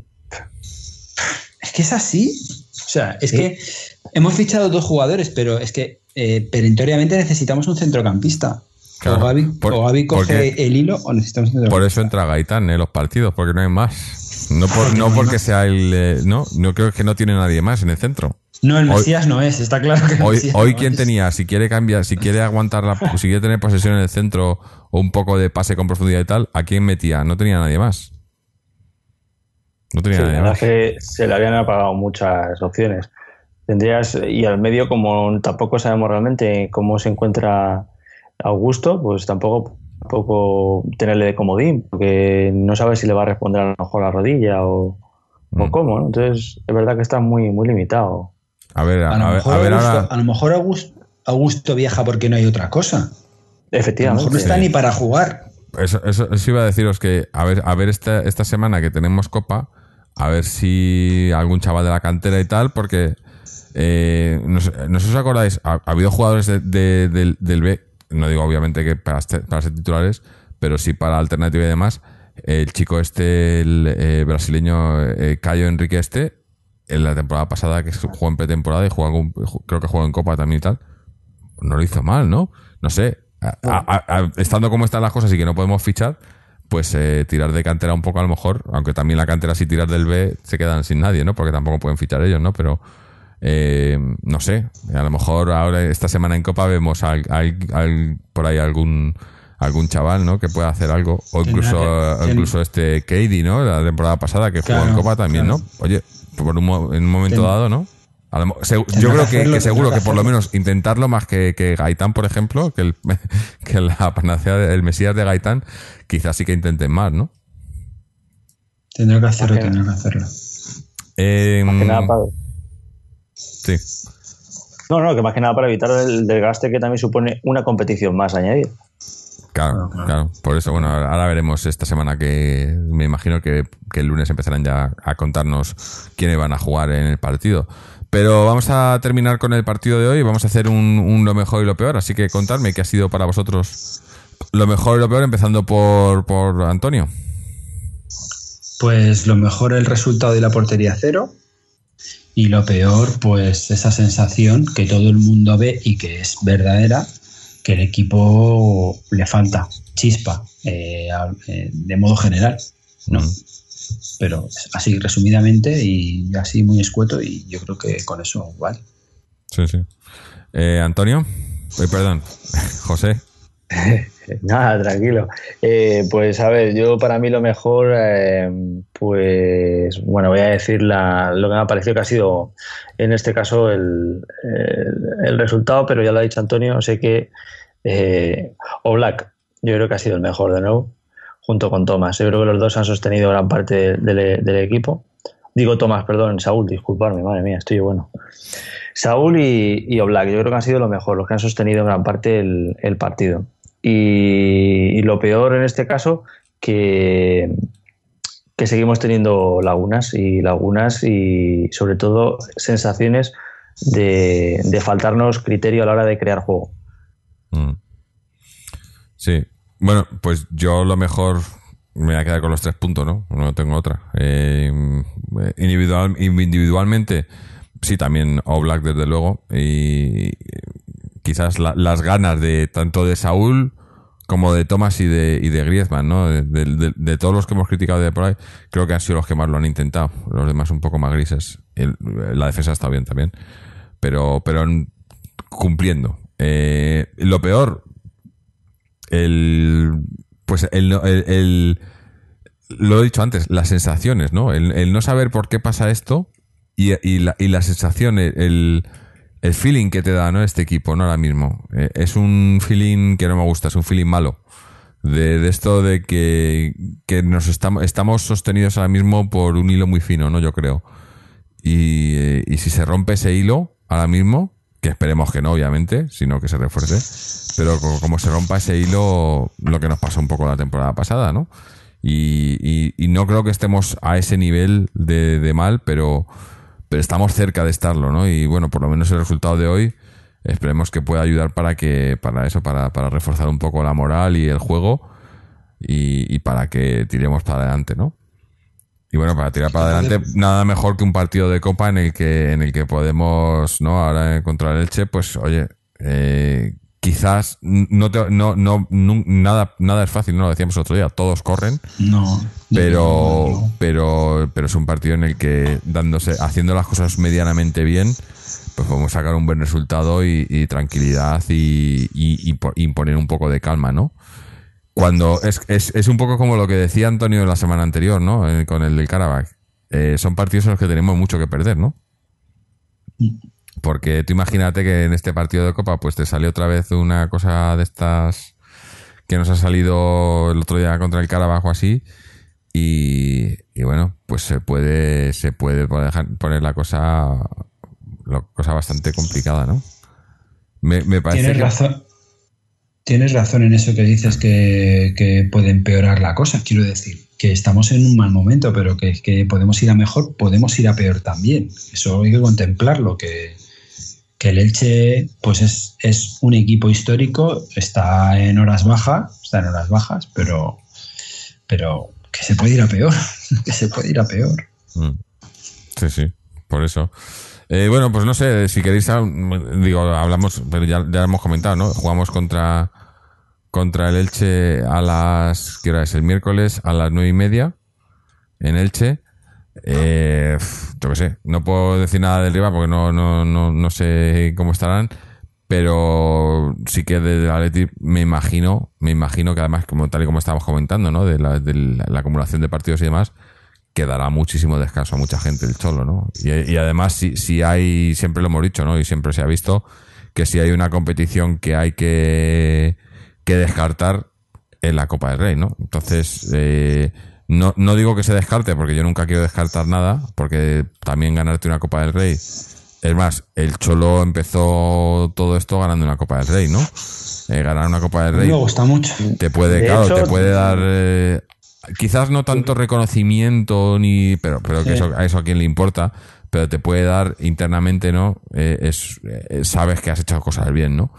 Es que es así. O sea, es ¿sí? que hemos fichado dos jugadores, pero es que eh, perentoriamente necesitamos un centrocampista. Claro, o, Gaby, por, o Gaby coge el hilo o necesitamos un Por eso entra Gaitán en los partidos, porque no hay más. No, por, no porque sea el... Eh, no, no creo que no tiene nadie más en el centro. No, el Mesías hoy, no es, está claro que el Hoy, Mesías hoy no ¿quién es. tenía? Si quiere cambiar, si quiere aguantar la... si quiere tener posesión en el centro o un poco de pase con profundidad y tal, ¿a quién metía? No tenía nadie más. No tenía sí, nadie la más. Que se le habían apagado muchas opciones. Tendrías... Y al medio, como tampoco sabemos realmente cómo se encuentra Augusto, pues tampoco... tampoco tenerle de comodín, porque no sabes si le va a responder a lo mejor la rodilla o, mm. o cómo, ¿no? Entonces es verdad que está muy, muy limitado. A ver, a, a, lo, a ver, mejor a ver Augusto, ahora... a lo mejor Augusto, Augusto viaja porque no hay otra cosa. Efectivamente. A lo mejor no está sí. ni para jugar. Eso, eso, eso iba a deciros que, a ver, a ver esta, esta semana que tenemos Copa, a ver si algún chaval de la cantera y tal, porque eh, no, sé, no sé si os acordáis, ha, ha habido jugadores de, de, del, del B, no digo obviamente que para, para ser titulares, pero sí para alternativa y demás. El chico este, el eh, brasileño eh, Caio Henrique este, en la temporada pasada que jugó en pretemporada y jugó algún, creo que jugó en Copa también y tal, no lo hizo mal, ¿no? No sé, a, a, a, estando como están las cosas y que no podemos fichar, pues eh, tirar de cantera un poco a lo mejor, aunque también la cantera si tirar del B se quedan sin nadie, ¿no? Porque tampoco pueden fichar ellos, ¿no? Pero Eh, no sé, a lo mejor ahora esta semana en Copa vemos al, al, al, por ahí algún algún chaval, ¿no? Que pueda hacer algo, o incluso que, incluso este Katie, ¿no? La temporada pasada que claro, jugó en Copa también, claro. ¿no? Oye, por un, en un momento ten, dado, ¿no? A lo, se, yo creo que, hacerlo, que seguro que, que por lo menos intentarlo más que, que Gaitán, por ejemplo, que, el, que la panacea del Mesías de Gaitán, quizás sí que intenten más, ¿no? Tendrá que hacerlo, tendrá que hacerlo. Eh, más que nada, Pablo. Sí. No, no, que más que nada para evitar el desgaste que también supone una competición más añadida. Claro, claro. Por eso, bueno, ahora veremos esta semana que me imagino que, que el lunes empezarán ya a contarnos quiénes van a jugar en el partido. Pero vamos a terminar con el partido de hoy. Vamos a hacer un, un lo mejor y lo peor. Así que contadme qué ha sido para vosotros lo mejor y lo peor, empezando por, por Antonio. Pues lo mejor el resultado de la portería cero. Y lo peor, pues esa sensación que todo el mundo ve y que es verdadera, que el equipo le falta chispa, eh, eh, de modo general, ¿no? Mm. Pero así resumidamente y así muy escueto, y yo creo que con eso vale. Sí, sí. Eh, Antonio, eh, perdón, José. Nada, tranquilo. Eh, pues a ver, yo para mí lo mejor, eh, pues bueno, voy a decir la, lo que me ha parecido que ha sido en este caso el, el, el resultado, pero ya lo ha dicho Antonio, sé que eh, Oblak yo creo que ha sido el mejor de nuevo, junto con Tomás. Yo creo que los dos han sostenido gran parte del, del equipo. Digo Tomás, perdón, Saúl, disculparme, madre mía, estoy bueno. Saúl y, y Oblak, yo creo que han sido lo mejor, los que han sostenido en gran parte el, el partido. Y, y lo peor en este caso, que, que seguimos teniendo lagunas y lagunas y sobre todo sensaciones de, de faltarnos criterio a la hora de crear juego. Mm. Sí, bueno, pues yo lo mejor me voy a quedar con los tres puntos, ¿no? No tengo otra. Eh, individual, individualmente, sí, también Oblak desde luego, y quizás la, las ganas de tanto de Saúl como de Thomas y de, y de Griezmann, ¿no? De, de, de, de todos los que hemos criticado de por ahí, creo que han sido los que más lo han intentado. Los demás un poco más grises. El, la defensa está bien también, pero, pero cumpliendo. Eh, lo peor, el pues el, el, el lo he dicho antes, las sensaciones, ¿no? El, el no saber por qué pasa esto y, y, la, y la sensación, el, el feeling que te da, ¿no? Este equipo, ¿no? Ahora mismo. Eh, es un feeling que no me gusta, es un feeling malo. De, de esto de que, que nos estamos, estamos sostenidos ahora mismo por un hilo muy fino, ¿no? Yo creo. Y, eh, y si se rompe ese hilo ahora mismo, que esperemos que no, obviamente, sino que se refuerce, pero como, como se rompa ese hilo, lo que nos pasó un poco la temporada pasada, ¿no? Y, y, y no creo que estemos a ese nivel de, de mal, pero, pero estamos cerca de estarlo, ¿no? Y bueno, por lo menos el resultado de hoy esperemos que pueda ayudar para que para eso, para, para reforzar un poco la moral y el juego y, y para que tiremos para adelante, ¿no? Y bueno, para tirar para adelante, nada mejor que un partido de Copa en el que en el que podemos, ¿no? Ahora contra el Elche, pues oye, eh, quizás no, te, no, no, no nada nada es fácil, no lo decíamos el otro día, todos corren, no, pero no, no. pero pero es un partido en el que dándose haciendo las cosas medianamente bien, pues podemos sacar un buen resultado y, y tranquilidad y, y, y imponer un poco de calma, ¿no? Cuando es, es, es un poco como lo que decía Antonio la semana anterior, ¿no? Eh, con el del Karabakh. Eh, son partidos en los que tenemos mucho que perder, ¿no? Porque tú imagínate que en este partido de Copa pues te sale otra vez una cosa de estas que nos ha salido el otro día contra el Karabakh o así y, y bueno, pues se puede se puede poner la cosa la cosa bastante complicada, ¿no? Me, me parece Tienes que... razón. Tienes razón en eso que dices que, que puede empeorar la cosa. Quiero decir que estamos en un mal momento, pero que, que podemos ir a mejor, podemos ir a peor también. Eso hay que contemplarlo, que, que el Elche pues es, es un equipo histórico, está en horas bajas, está en horas bajas, pero, pero que se puede ir a peor, que se puede ir a peor. Sí, sí, por eso. Eh, bueno, pues no sé, si queréis, digo, hablamos, pero ya, ya hemos comentado, ¿no? Jugamos contra, contra el Elche a las, ¿qué hora es? El miércoles a las nueve y media en Elche. Eh, yo qué sé, no puedo decir nada del rival porque no, no, no, no sé cómo estarán, pero sí que desde el Atleti me imagino, me imagino que además, como tal y como estábamos comentando, ¿no? De la, de la, la acumulación de partidos y demás, que dará muchísimo descanso a mucha gente el Cholo, ¿no? Y, y además si, si hay, siempre lo hemos dicho, ¿no? Y siempre se ha visto que si hay una competición que hay que, que descartar en la Copa del Rey, ¿no? Entonces, eh, no, no digo que se descarte, porque yo nunca quiero descartar nada, porque también ganarte una Copa del Rey, es más, el Cholo empezó todo esto ganando una Copa del Rey, ¿no? Eh, ganar una Copa del Rey me gusta mucho. Te puede, De claro, hecho, te puede dar eh, quizás no tanto reconocimiento ni, pero, pero que sí. eso, a eso a quién le importa, pero te puede dar internamente, ¿no? Eh, es, eh, sabes que has hecho cosas bien, ¿no?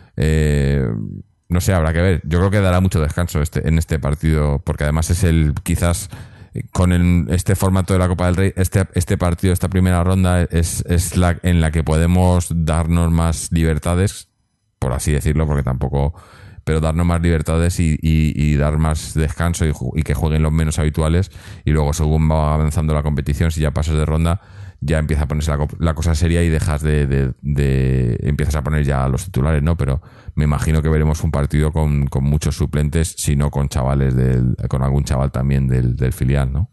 Eh, no sé, habrá que ver. Yo creo que dará mucho descanso este, en este partido, porque además es el, quizás con el, este formato de la Copa del Rey, este, este partido, esta primera ronda es, es la en la que podemos darnos más libertades, por así decirlo, porque tampoco, pero darnos más libertades y, y, y dar más descanso y, y que jueguen los menos habituales, y luego según va avanzando la competición, si ya pasas de ronda, ya empieza a ponerse la, la cosa seria y dejas de, de, de empiezas a poner ya los titulares, ¿no? Pero me imagino que veremos un partido con, con muchos suplentes, si no con chavales del, con algún chaval también del, del filial, ¿no?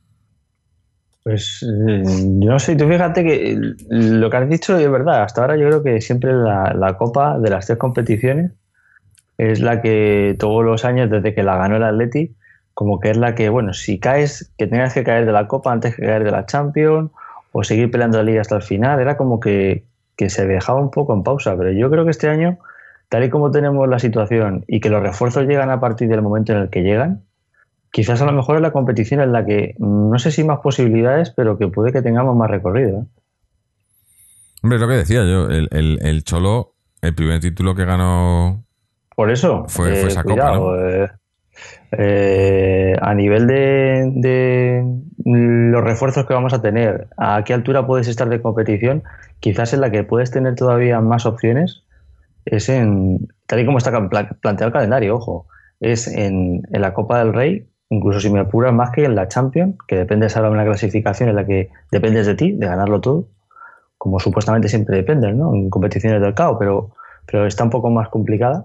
Pues eh, yo no sé, tú fíjate que lo que has dicho es verdad. Hasta ahora yo creo que siempre la, la Copa de las tres competiciones es la que todos los años, desde que la ganó el Atleti, como que es la que, bueno, si caes, que tengas que caer de la Copa antes que caer de la Champions, o seguir peleando la Liga hasta el final, era como que, que se dejaba un poco en pausa. Pero yo creo que este año, tal y como tenemos la situación y que los refuerzos llegan a partir del momento en el que llegan, quizás a lo mejor es la competición en la que no sé si más posibilidades, pero que puede que tengamos más recorrido, ¿eh? Hombre, es lo que decía yo, el, el, el Cholo, el primer título que ganó Por eso, fue, eh, fue esa cuidado, Copa, ¿no? eh, eh, a nivel de, de los refuerzos que vamos a tener, a qué altura puedes estar de competición, quizás en la que puedes tener todavía más opciones es en, tal y como está planteado el calendario, ojo, es en, en la Copa del Rey, incluso si me apuras más que en la Champions, que dependes ahora de una clasificación en la que dependes de ti, de ganarlo todo, como supuestamente siempre dependes, ¿no? En competiciones del C A O, pero, pero está un poco más complicada.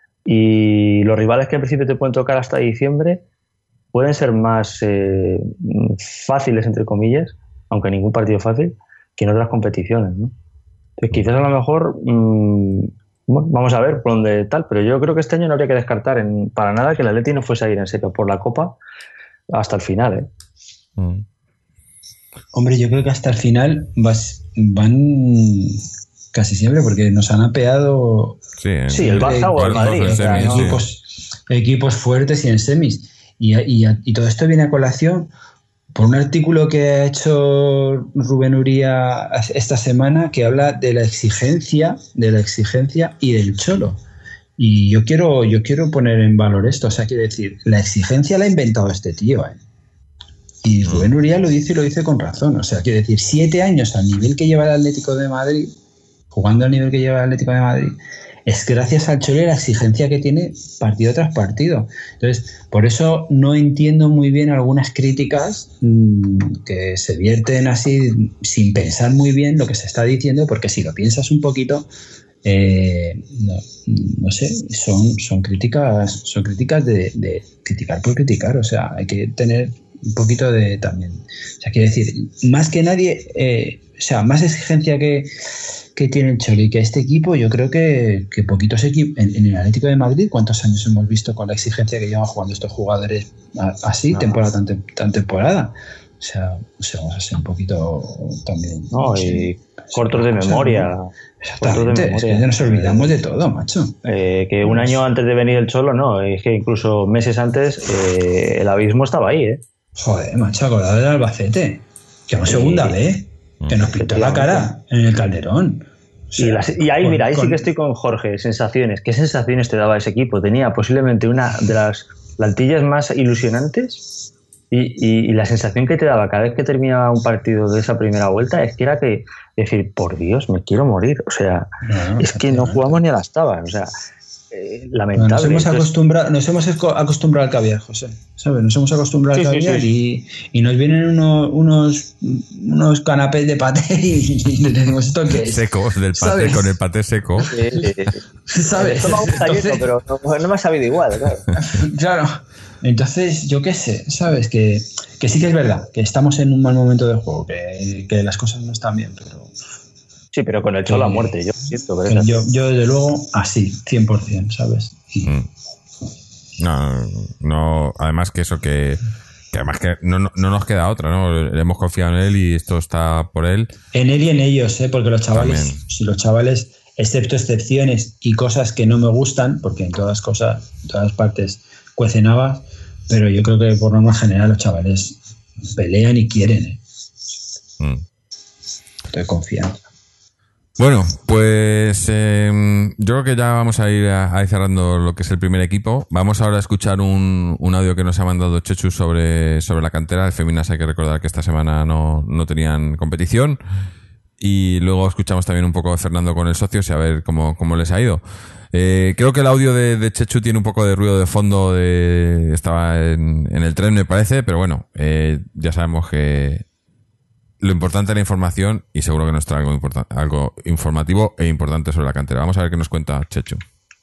Y los rivales que en principio te pueden tocar hasta diciembre pueden ser más eh, fáciles, entre comillas, aunque ningún partido fácil, que en otras competiciones, ¿no? Entonces, quizás a lo mejor, mmm, bueno, vamos a ver por dónde tal, pero yo creo que este año no habría que descartar en, para nada que el Atleti no fuese a ir en serio por la Copa hasta el final, ¿eh? Mm. Hombre, yo creo que hasta el final vas, van casi siempre, porque nos han apeado. Sí, en- Sí, el Barça o el cuartos, Madrid, en o sea, semis, ¿no? sí. equipos, equipos fuertes y en semis. Y, y, y todo esto viene a colación por un artículo que ha hecho Rubén Uría esta semana, que habla de la exigencia, de la exigencia y del Cholo. Y yo quiero, yo quiero poner en valor esto. O sea, quiero decir, la exigencia la ha inventado este tío, ¿eh? Y Rubén Uría lo dice y lo dice con razón. O sea, quiero decir, siete años al nivel que lleva el Atlético de Madrid, jugando al nivel que lleva el Atlético de Madrid, es gracias al Cholo y la exigencia que tiene partido tras partido. Entonces, por eso no entiendo muy bien algunas críticas mmm, que se vierten así sin pensar muy bien lo que se está diciendo, porque si lo piensas un poquito, eh, no, no sé, son, son críticas, son críticas de, de criticar por criticar. O sea, hay que tener un poquito de también. O sea, quiero decir, más que nadie, eh, o sea, más exigencia que, que tiene el Cholo y que este equipo, yo creo que, que poquitos equipos. En, en el Atlético de Madrid, ¿cuántos años hemos visto con la exigencia que llevan jugando estos jugadores a, así, No. temporada tan, tem- tan temporada? O sea, o sea, vamos a ser un poquito también. No, sé, y cortos de cosas, memoria. ¿no? Cortos Exactamente, de es memoria. que nos olvidamos de todo, macho. Eh, que un año antes de venir el Cholo, no, es que incluso meses antes eh, el abismo estaba ahí, ¿eh? Joder, macho, acordado del Albacete, que no Sí. segunda B, que nos pintó la cara en el Calderón. O Y, sea, las- y ahí, con- mira, ahí sí con- que estoy con Jorge. Sensaciones. ¿Qué sensaciones te daba ese equipo? Tenía posiblemente una de las plantillas más ilusionantes y, y- y la sensación que te daba cada vez que terminaba un partido de esa primera vuelta es que era que decir, por Dios, me quiero morir. O sea, No, no, es que no efectivamente. jugamos ni a las tabas. O sea, eh, No, lamentable. nos hemos Entonces, acostumbrado, nos hemos esco- acostumbrado al caviar, José. ¿Sabes? Nos hemos acostumbrado Sí, al sí, caviar sí. y, y nos vienen unos, unos, unos canapés de paté y, y decimos esto qué es. Secos del paté, ¿Sabes? con el paté seco. eh, eh, ¿Sabes? esto me gusta Entonces- eso, pero no, no me ha sabido igual, claro. Claro. Entonces, yo qué sé, ¿sabes? Que, que sí que es verdad, que estamos en un mal momento del juego, que, que las cosas no están bien, pero Sí, pero con el Cholo a muerte, yo lo siento. Pero es así. yo, yo desde luego así, cien por ciento, ¿sabes? Y- Mm. No, no, además que eso que, que además que no, no, no nos queda otra, ¿no? Le hemos confiado en él y esto está por él. En él y en ellos, ¿eh? Porque los chavales, También. si los chavales, excepto excepciones y cosas que no me gustan, porque en todas cosas, en todas partes cuecen habas, pero yo creo que por norma general los chavales pelean y quieren, ¿eh? Mm. Estoy confiando. Bueno, pues eh, yo creo que ya vamos a ir a, a ir cerrando lo que es el primer equipo. Vamos ahora a escuchar un, un audio que nos ha mandado Chechu sobre, sobre la cantera. El Feminas, hay que recordar que esta semana no, no tenían competición. Y luego escuchamos también un poco de Fernando con el socio y a ver cómo, cómo les ha ido. Eh, creo que el audio de, de Chechu tiene un poco de ruido de fondo. De, estaba en, en el tren, me parece, pero bueno, eh, ya sabemos que lo importante es la información y seguro que nos trae algo, importan- algo informativo e importante sobre la cantera. Vamos a ver qué nos cuenta Chechu.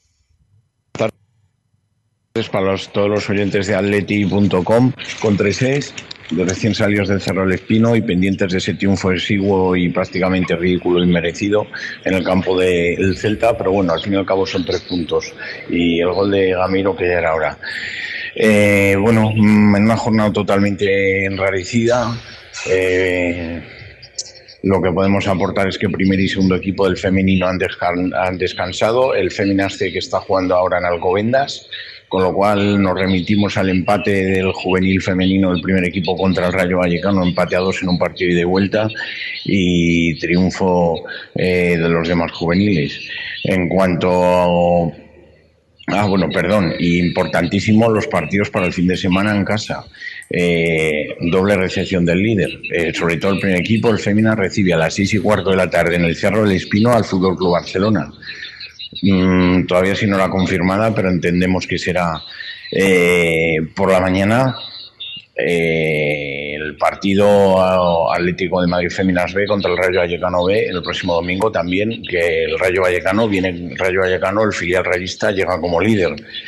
Para los, todos los oyentes de atleti punto com con tres es, de recién salidos del Cerro del Espino y pendientes de ese triunfo exiguo y prácticamente ridículo y merecido en el campo del Celta, pero bueno, al fin y al cabo son tres puntos y el gol de Gamiro que ya era hora. Eh, bueno, mm, en una jornada totalmente enrarecida, eh, lo que podemos aportar es que primer y segundo equipo del femenino han, descan- han descansado, el Feminaste que está jugando ahora en Alcobendas, con lo cual nos remitimos al empate del juvenil femenino del primer equipo contra el Rayo Vallecano, empate a dos en un partido ida y de vuelta y triunfo eh, de los demás juveniles. En cuanto Ah, bueno, perdón, importantísimo los partidos para el fin de semana en casa. Eh, doble recepción del líder, eh, sobre todo el primer equipo, el Fémina recibe a las seis y cuarto de la tarde en el Cerro del Espino al Fútbol Club Barcelona. Mm, todavía si no la confirmada, pero entendemos que será eh, por la mañana. Eh, el partido Atlético de Madrid Féminas B contra el Rayo Vallecano B el próximo domingo también, que el Rayo Vallecano viene, Rayo Vallecano, el filial rayista, llega como líder.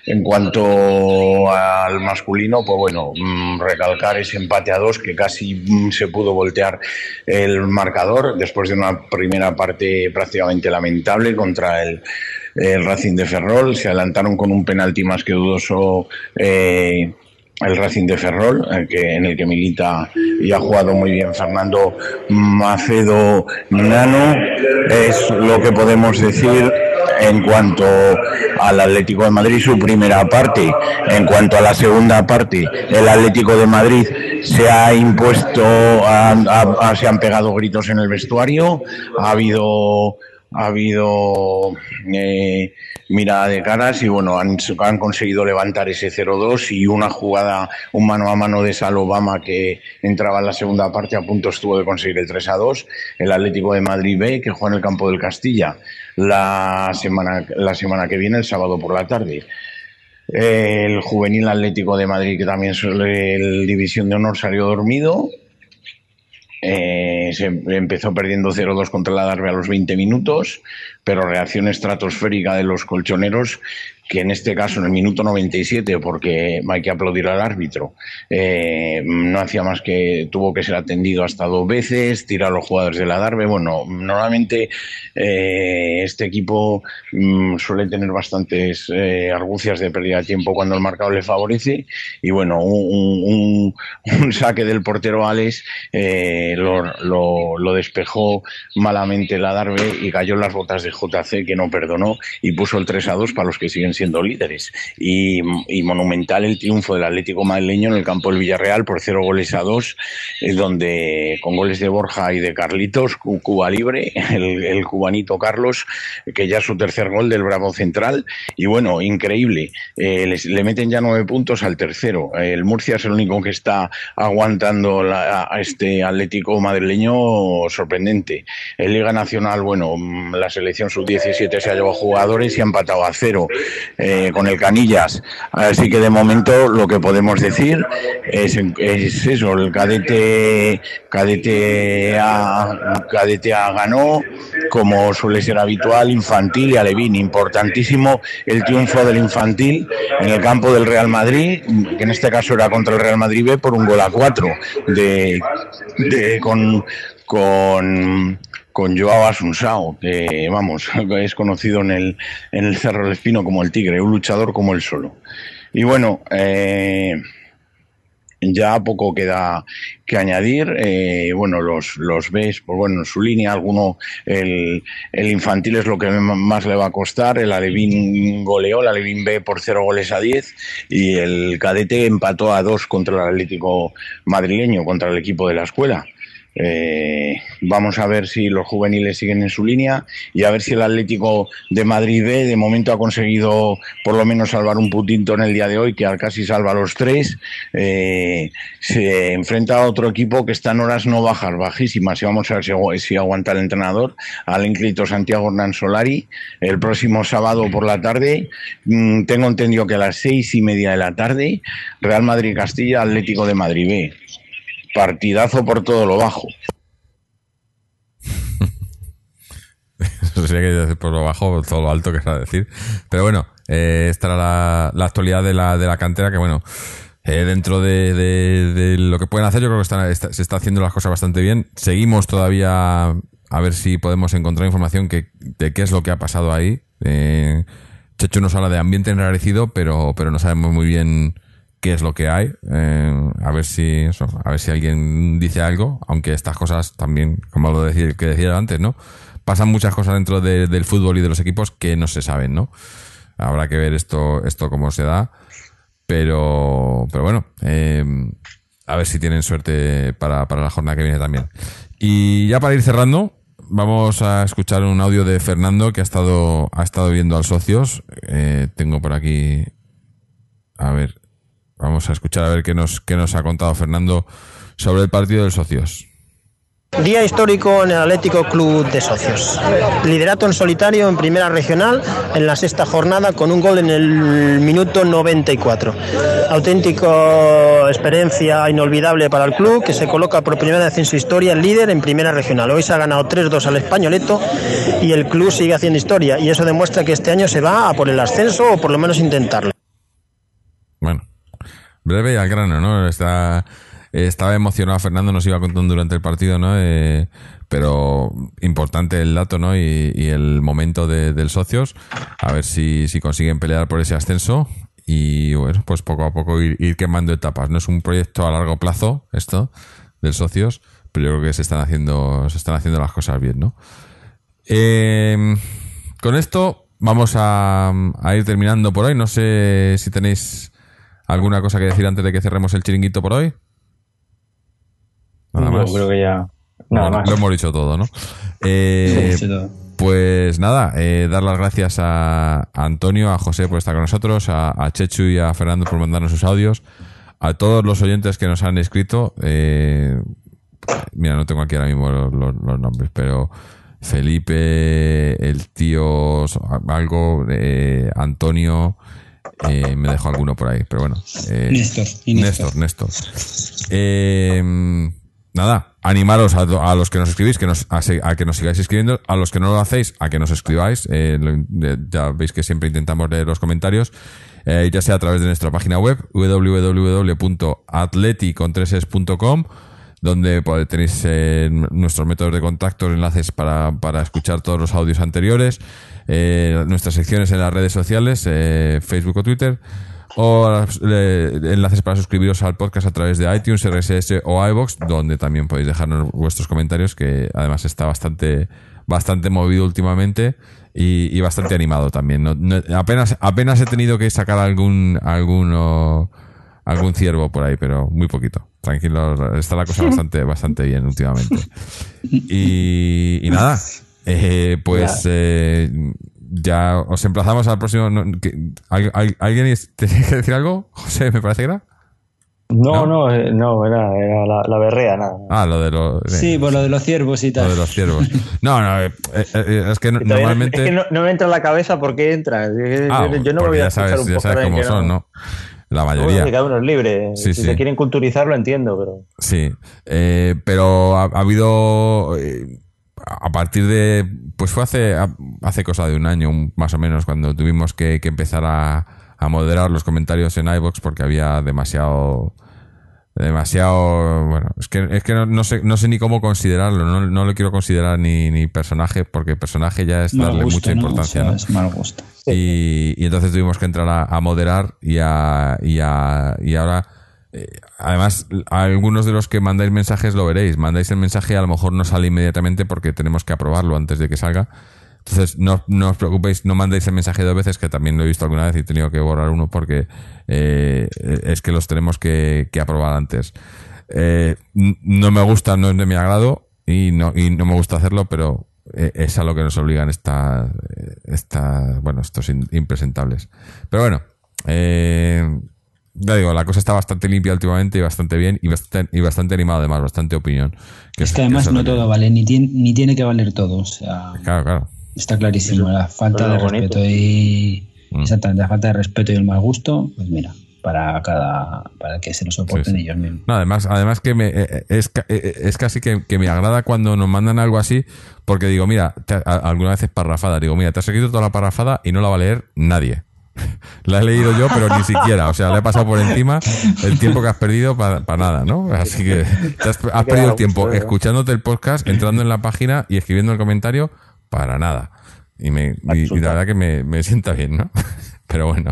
En cuanto al masculino, pues bueno, recalcar ese empate a dos que casi se pudo voltear el marcador después de una primera parte prácticamente lamentable contra el, el Racing de Ferrol. Se adelantaron con un penalti más que dudoso eh, el Racing de Ferrol, en, que, en el que milita y ha jugado muy bien Fernando Macedo Nano. Es lo que podemos decir en cuanto al Atlético de Madrid, su primera parte. En cuanto a la segunda parte, el Atlético de Madrid se ha impuesto, a, a, a, se han pegado gritos en el vestuario, ha habido... Ha habido eh, mirada de caras y bueno, han, han conseguido levantar ese cero dos y una jugada, un mano a mano de Sal Obama que entraba en la segunda parte, a punto estuvo de conseguir el tres a dos. El Atlético de Madrid B, que juega en el campo del Castilla la semana, la semana que viene, el sábado por la tarde. El Juvenil Atlético de Madrid, que también es el División de Honor, salió dormido. Eh, se empezó perdiendo cero dos contra el Adarve a los veinte minutos, pero reacción estratosférica de los colchoneros, que en este caso en el minuto noventa y siete, porque hay que aplaudir al árbitro, eh, no hacía más que, tuvo que ser atendido hasta dos veces, tirar a los jugadores del Adarve. Bueno, normalmente eh, este equipo mm, suele tener bastantes eh, argucias de pérdida de tiempo cuando el marcador le favorece, y bueno, un, un, un saque del portero Alex eh, lo, lo, lo despejó malamente el Adarve y cayó en las botas de J C, que no perdonó y puso el tres a dos para los que siguen siendo líderes. Y, y monumental el triunfo del Atlético madrileño en el campo del Villarreal por cero goles a dos, eh, donde con goles de Borja y de Carlitos, Cuba libre, el, el cubanito Carlos, que ya es su tercer gol del Bravo Central. Y bueno, increíble, eh, les, le meten ya nueve puntos al tercero. El Murcia es el único que está aguantando la, a este Atlético madrileño, sorprendente. En Liga Nacional, bueno, la selección sub diecisiete se ha llevado jugadores y ha empatado a cero eh, con el Canillas. Así que de momento lo que podemos decir es, es eso, el cadete cadete A, cadete A ganó, como suele ser habitual, infantil y alevín. Importantísimo el triunfo del infantil en el campo del Real Madrid, que en este caso era contra el Real Madrid B, por un gol a cuatro de, de con con con Joao Asunsao, que vamos, es conocido en el en el Cerro del Espino como el Tigre, un luchador como él solo. Y bueno, eh, ya poco queda que añadir. Eh, bueno, los los Bs, pues bueno, en su línea, alguno, el, el infantil es lo que más le va a costar. El alevín goleó, el alevín B por cero goles a diez, y el cadete empató a dos contra el Atlético madrileño, contra el equipo de la escuela. Eh, vamos a ver si los juveniles siguen en su línea y a ver si el Atlético de Madrid B de momento ha conseguido por lo menos salvar un puntito en el día de hoy, que casi salva los tres. Eh, se enfrenta a otro equipo que está en horas no bajas, bajísimas, y vamos a ver si, si aguanta el entrenador, al ínclito Santiago Hernán Solari, el próximo sábado por la tarde. Mm, tengo entendido que a las seis y media de la tarde, Real Madrid Castilla, Atlético de Madrid B. Partidazo por todo lo bajo. Eso sería que decir por lo bajo, todo lo alto, que era decir. Pero bueno, eh, esta era la, la actualidad de la, de la cantera, que bueno, eh, dentro de, de, de lo que pueden hacer, yo creo que están, está, se está haciendo las cosas bastante bien. Seguimos todavía a ver si podemos encontrar información que, de qué es lo que ha pasado ahí. Eh, Chechu nos habla de ambiente enrarecido, pero, pero no sabemos muy bien qué es lo que hay. Eh, a ver si eso, a ver si alguien dice algo, aunque estas cosas también, como lo decía, que decía antes, ¿no? Pasan muchas cosas dentro de, del fútbol y de los equipos que no se saben, ¿no? Habrá que ver esto, esto cómo se da, pero, pero bueno, eh, a ver si tienen suerte para, para la jornada que viene también. Y ya para ir cerrando, vamos a escuchar un audio de Fernando, que ha estado, ha estado viendo al Socios. Eh, tengo por aquí, a ver, vamos a escuchar a ver qué nos, qué nos ha contado Fernando sobre el partido del Socios. Día histórico en el Atlético Club de Socios. Liderato en solitario en Primera Regional en la sexta jornada con un gol en el minuto noventa y cuatro. Auténtica experiencia inolvidable para el club, que se coloca por primera vez en su historia líder en Primera Regional. Hoy se ha ganado tres dos al Españoleto y el club sigue haciendo historia, y eso demuestra que este año se va a por el ascenso, o por lo menos intentarlo. Bueno, breve y al grano, ¿no? Está, estaba emocionado Fernando, nos iba contando durante el partido, ¿no? Eh, pero importante el dato, ¿no? Y, y el momento de, del Socios, a ver si, si consiguen pelear por ese ascenso y, bueno, pues poco a poco ir, ir quemando etapas. No es un proyecto a largo plazo esto del Socios, pero yo creo que se están haciendo, se están haciendo las cosas bien, ¿no? Eh, con esto vamos a, a ir terminando por hoy. No sé si tenéis alguna cosa que decir antes de que cerremos el chiringuito por hoy. Nada Yo más. creo que ya... Nada Bueno, más. lo hemos dicho todo, ¿no? Eh, Sí, todo. pues nada, eh, dar las gracias a, a Antonio, a José por estar con nosotros, a, a Chechu y a Fernando por mandarnos sus audios, a todos los oyentes que nos han escrito. Eh, mira, no tengo aquí ahora mismo los, los, los nombres, pero Felipe, el tío, algo, eh, Antonio, eh, me dejo alguno por ahí, pero bueno. Eh, Néstor, y Néstor, Néstor. Néstor. Eh, nada, animaros a, a los que nos escribís que nos, a, a que nos sigáis escribiendo, a los que no lo hacéis, a que nos escribáis. Eh, lo, de, ya veis que siempre intentamos leer los comentarios, eh, ya sea a través de nuestra página web w w w punto atleti con tres es punto com, donde pues, tenéis eh, nuestros métodos de contacto, enlaces para, para escuchar todos los audios anteriores, eh, nuestras secciones en las redes sociales, eh, Facebook o Twitter, o eh, enlaces para suscribiros al podcast a través de iTunes, R S S o iVoox, donde también podéis dejarnos vuestros comentarios, que además está bastante bastante movido últimamente y, y bastante animado también. No, no, apenas apenas he tenido que sacar algún alguno algún ciervo por ahí, pero muy poquito. Tranquilo, está la cosa bastante bastante bien últimamente. Y, y nada, eh, pues eh, ya os emplazamos al próximo. No, que, ¿al, al, ¿Alguien tenía que decir algo? José, me parece que era. No, ¿No? no, eh, no, era, era la, la berrea, nada. Ah, lo de los. Eh, Sí, por lo de los ciervos y tal. Lo de los ciervos. No, no, eh, eh, es que no, Y todavía no- normalmente. Es que no, no me entra en la cabeza por qué entra. Ah, Yo no me porque voy a ya escuchar sabes, un ya podcast sabes en cómo que son, ¿no? La mayoría. Bueno, que cada uno es libre. Sí, si sí. se quieren culturizar lo entiendo, pero... Sí, eh, pero ha, ha habido eh, a partir de, pues fue hace hace cosa de un año un- más o menos cuando tuvimos que, que empezar a, a moderar los comentarios en iVoox porque había demasiado demasiado bueno es que es que no, no sé no sé ni cómo considerarlo, no, no lo quiero considerar ni, ni personaje, porque personaje ya es Mal darle gusto, mucha ¿no? importancia, O sea, ¿no? es mal gusto. Y, y entonces tuvimos que entrar a, a moderar y a, y a y ahora eh, además algunos de los que mandáis mensajes lo veréis, mandáis el mensaje y a lo mejor no sale inmediatamente porque tenemos que aprobarlo antes de que salga. Entonces no, no os preocupéis, no mandéis el mensaje dos veces, que también lo he visto alguna vez y he tenido que borrar uno porque eh, es que los tenemos que, que aprobar antes. Eh, no me gusta, no es de mi agrado y no, y no me gusta hacerlo, pero es a lo que nos obligan esta, esta, bueno, estos impresentables. Pero bueno, eh, ya digo, la cosa está bastante limpia últimamente y bastante bien y bastante, y bastante animado además, bastante opinión. Que Es es, que además que no eso es lo todo que- vale, ni tiene, ni tiene que valer todo. O sea, Claro, claro. está clarísimo. La falta eso de es lo bonito. respeto y. Mm. Exactamente, la falta de respeto y el mal gusto, pues mira, para cada. Para que se lo soporten Sí, sí. ellos mismos. No, además, además que me, eh, es, ca- eh, es casi que, que me agrada cuando nos mandan algo así, porque digo, mira, te- a- alguna vez es parrafada, digo, mira, te has escrito toda la parrafada y no la va a leer nadie. La he leído yo, pero ni siquiera, o sea, le he pasado por encima el tiempo que has perdido para nada, ¿no? Así que te has, has perdido el tiempo gusto, ¿eh? escuchándote el podcast, entrando en la página y escribiendo el comentario para nada. Y, me, y, y la verdad que me, me sienta bien, ¿no? Pero bueno.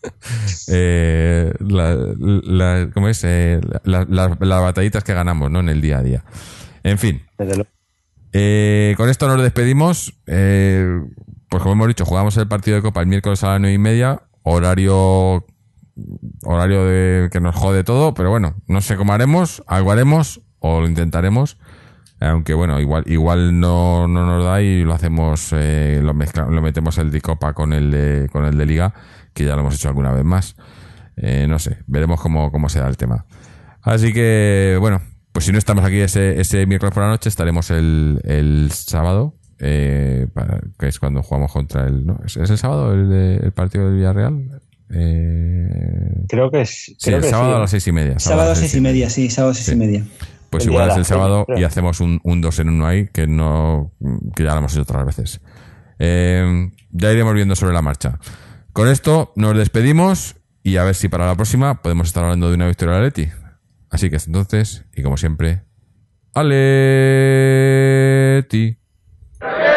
Eh, la, la- ¿Cómo es? Eh, la- la- las batallitas que ganamos, ¿no? En el día a día. En fin. Desde luego. Eh, con esto nos despedimos. Eh, pues como hemos dicho, jugamos el partido de Copa el miércoles a las nueve y media. Horario horario de que nos jode todo, pero bueno, no sé cómo haremos, algo haremos o lo intentaremos. Aunque bueno, igual igual no, no nos da y lo hacemos, eh, lo, mezcla, lo metemos el de Copa con el de, con el de Liga, que ya lo hemos hecho alguna vez más. Eh, no sé, veremos cómo, cómo se da el tema. Así que, bueno, pues si no estamos aquí ese, ese miércoles por la noche, estaremos el, el sábado, eh, para, que es cuando jugamos contra el... ¿no? ¿Es, es el sábado el, de, el partido del Villarreal? Eh, Creo que es. sí, Creo el que sábado sí. a las seis y media. Sábado a seis y media, sí, sábado a seis Sí. y media. Pues El igual día es de el la sábado feria, y creo. hacemos un, un dos en uno ahí que no que ya lo hemos hecho otras veces. Eh, ya iremos viendo sobre la marcha. Con esto nos despedimos y a ver si para la próxima podemos estar hablando de una victoria del Atleti. Así que hasta entonces, y como siempre, ¡Aleti!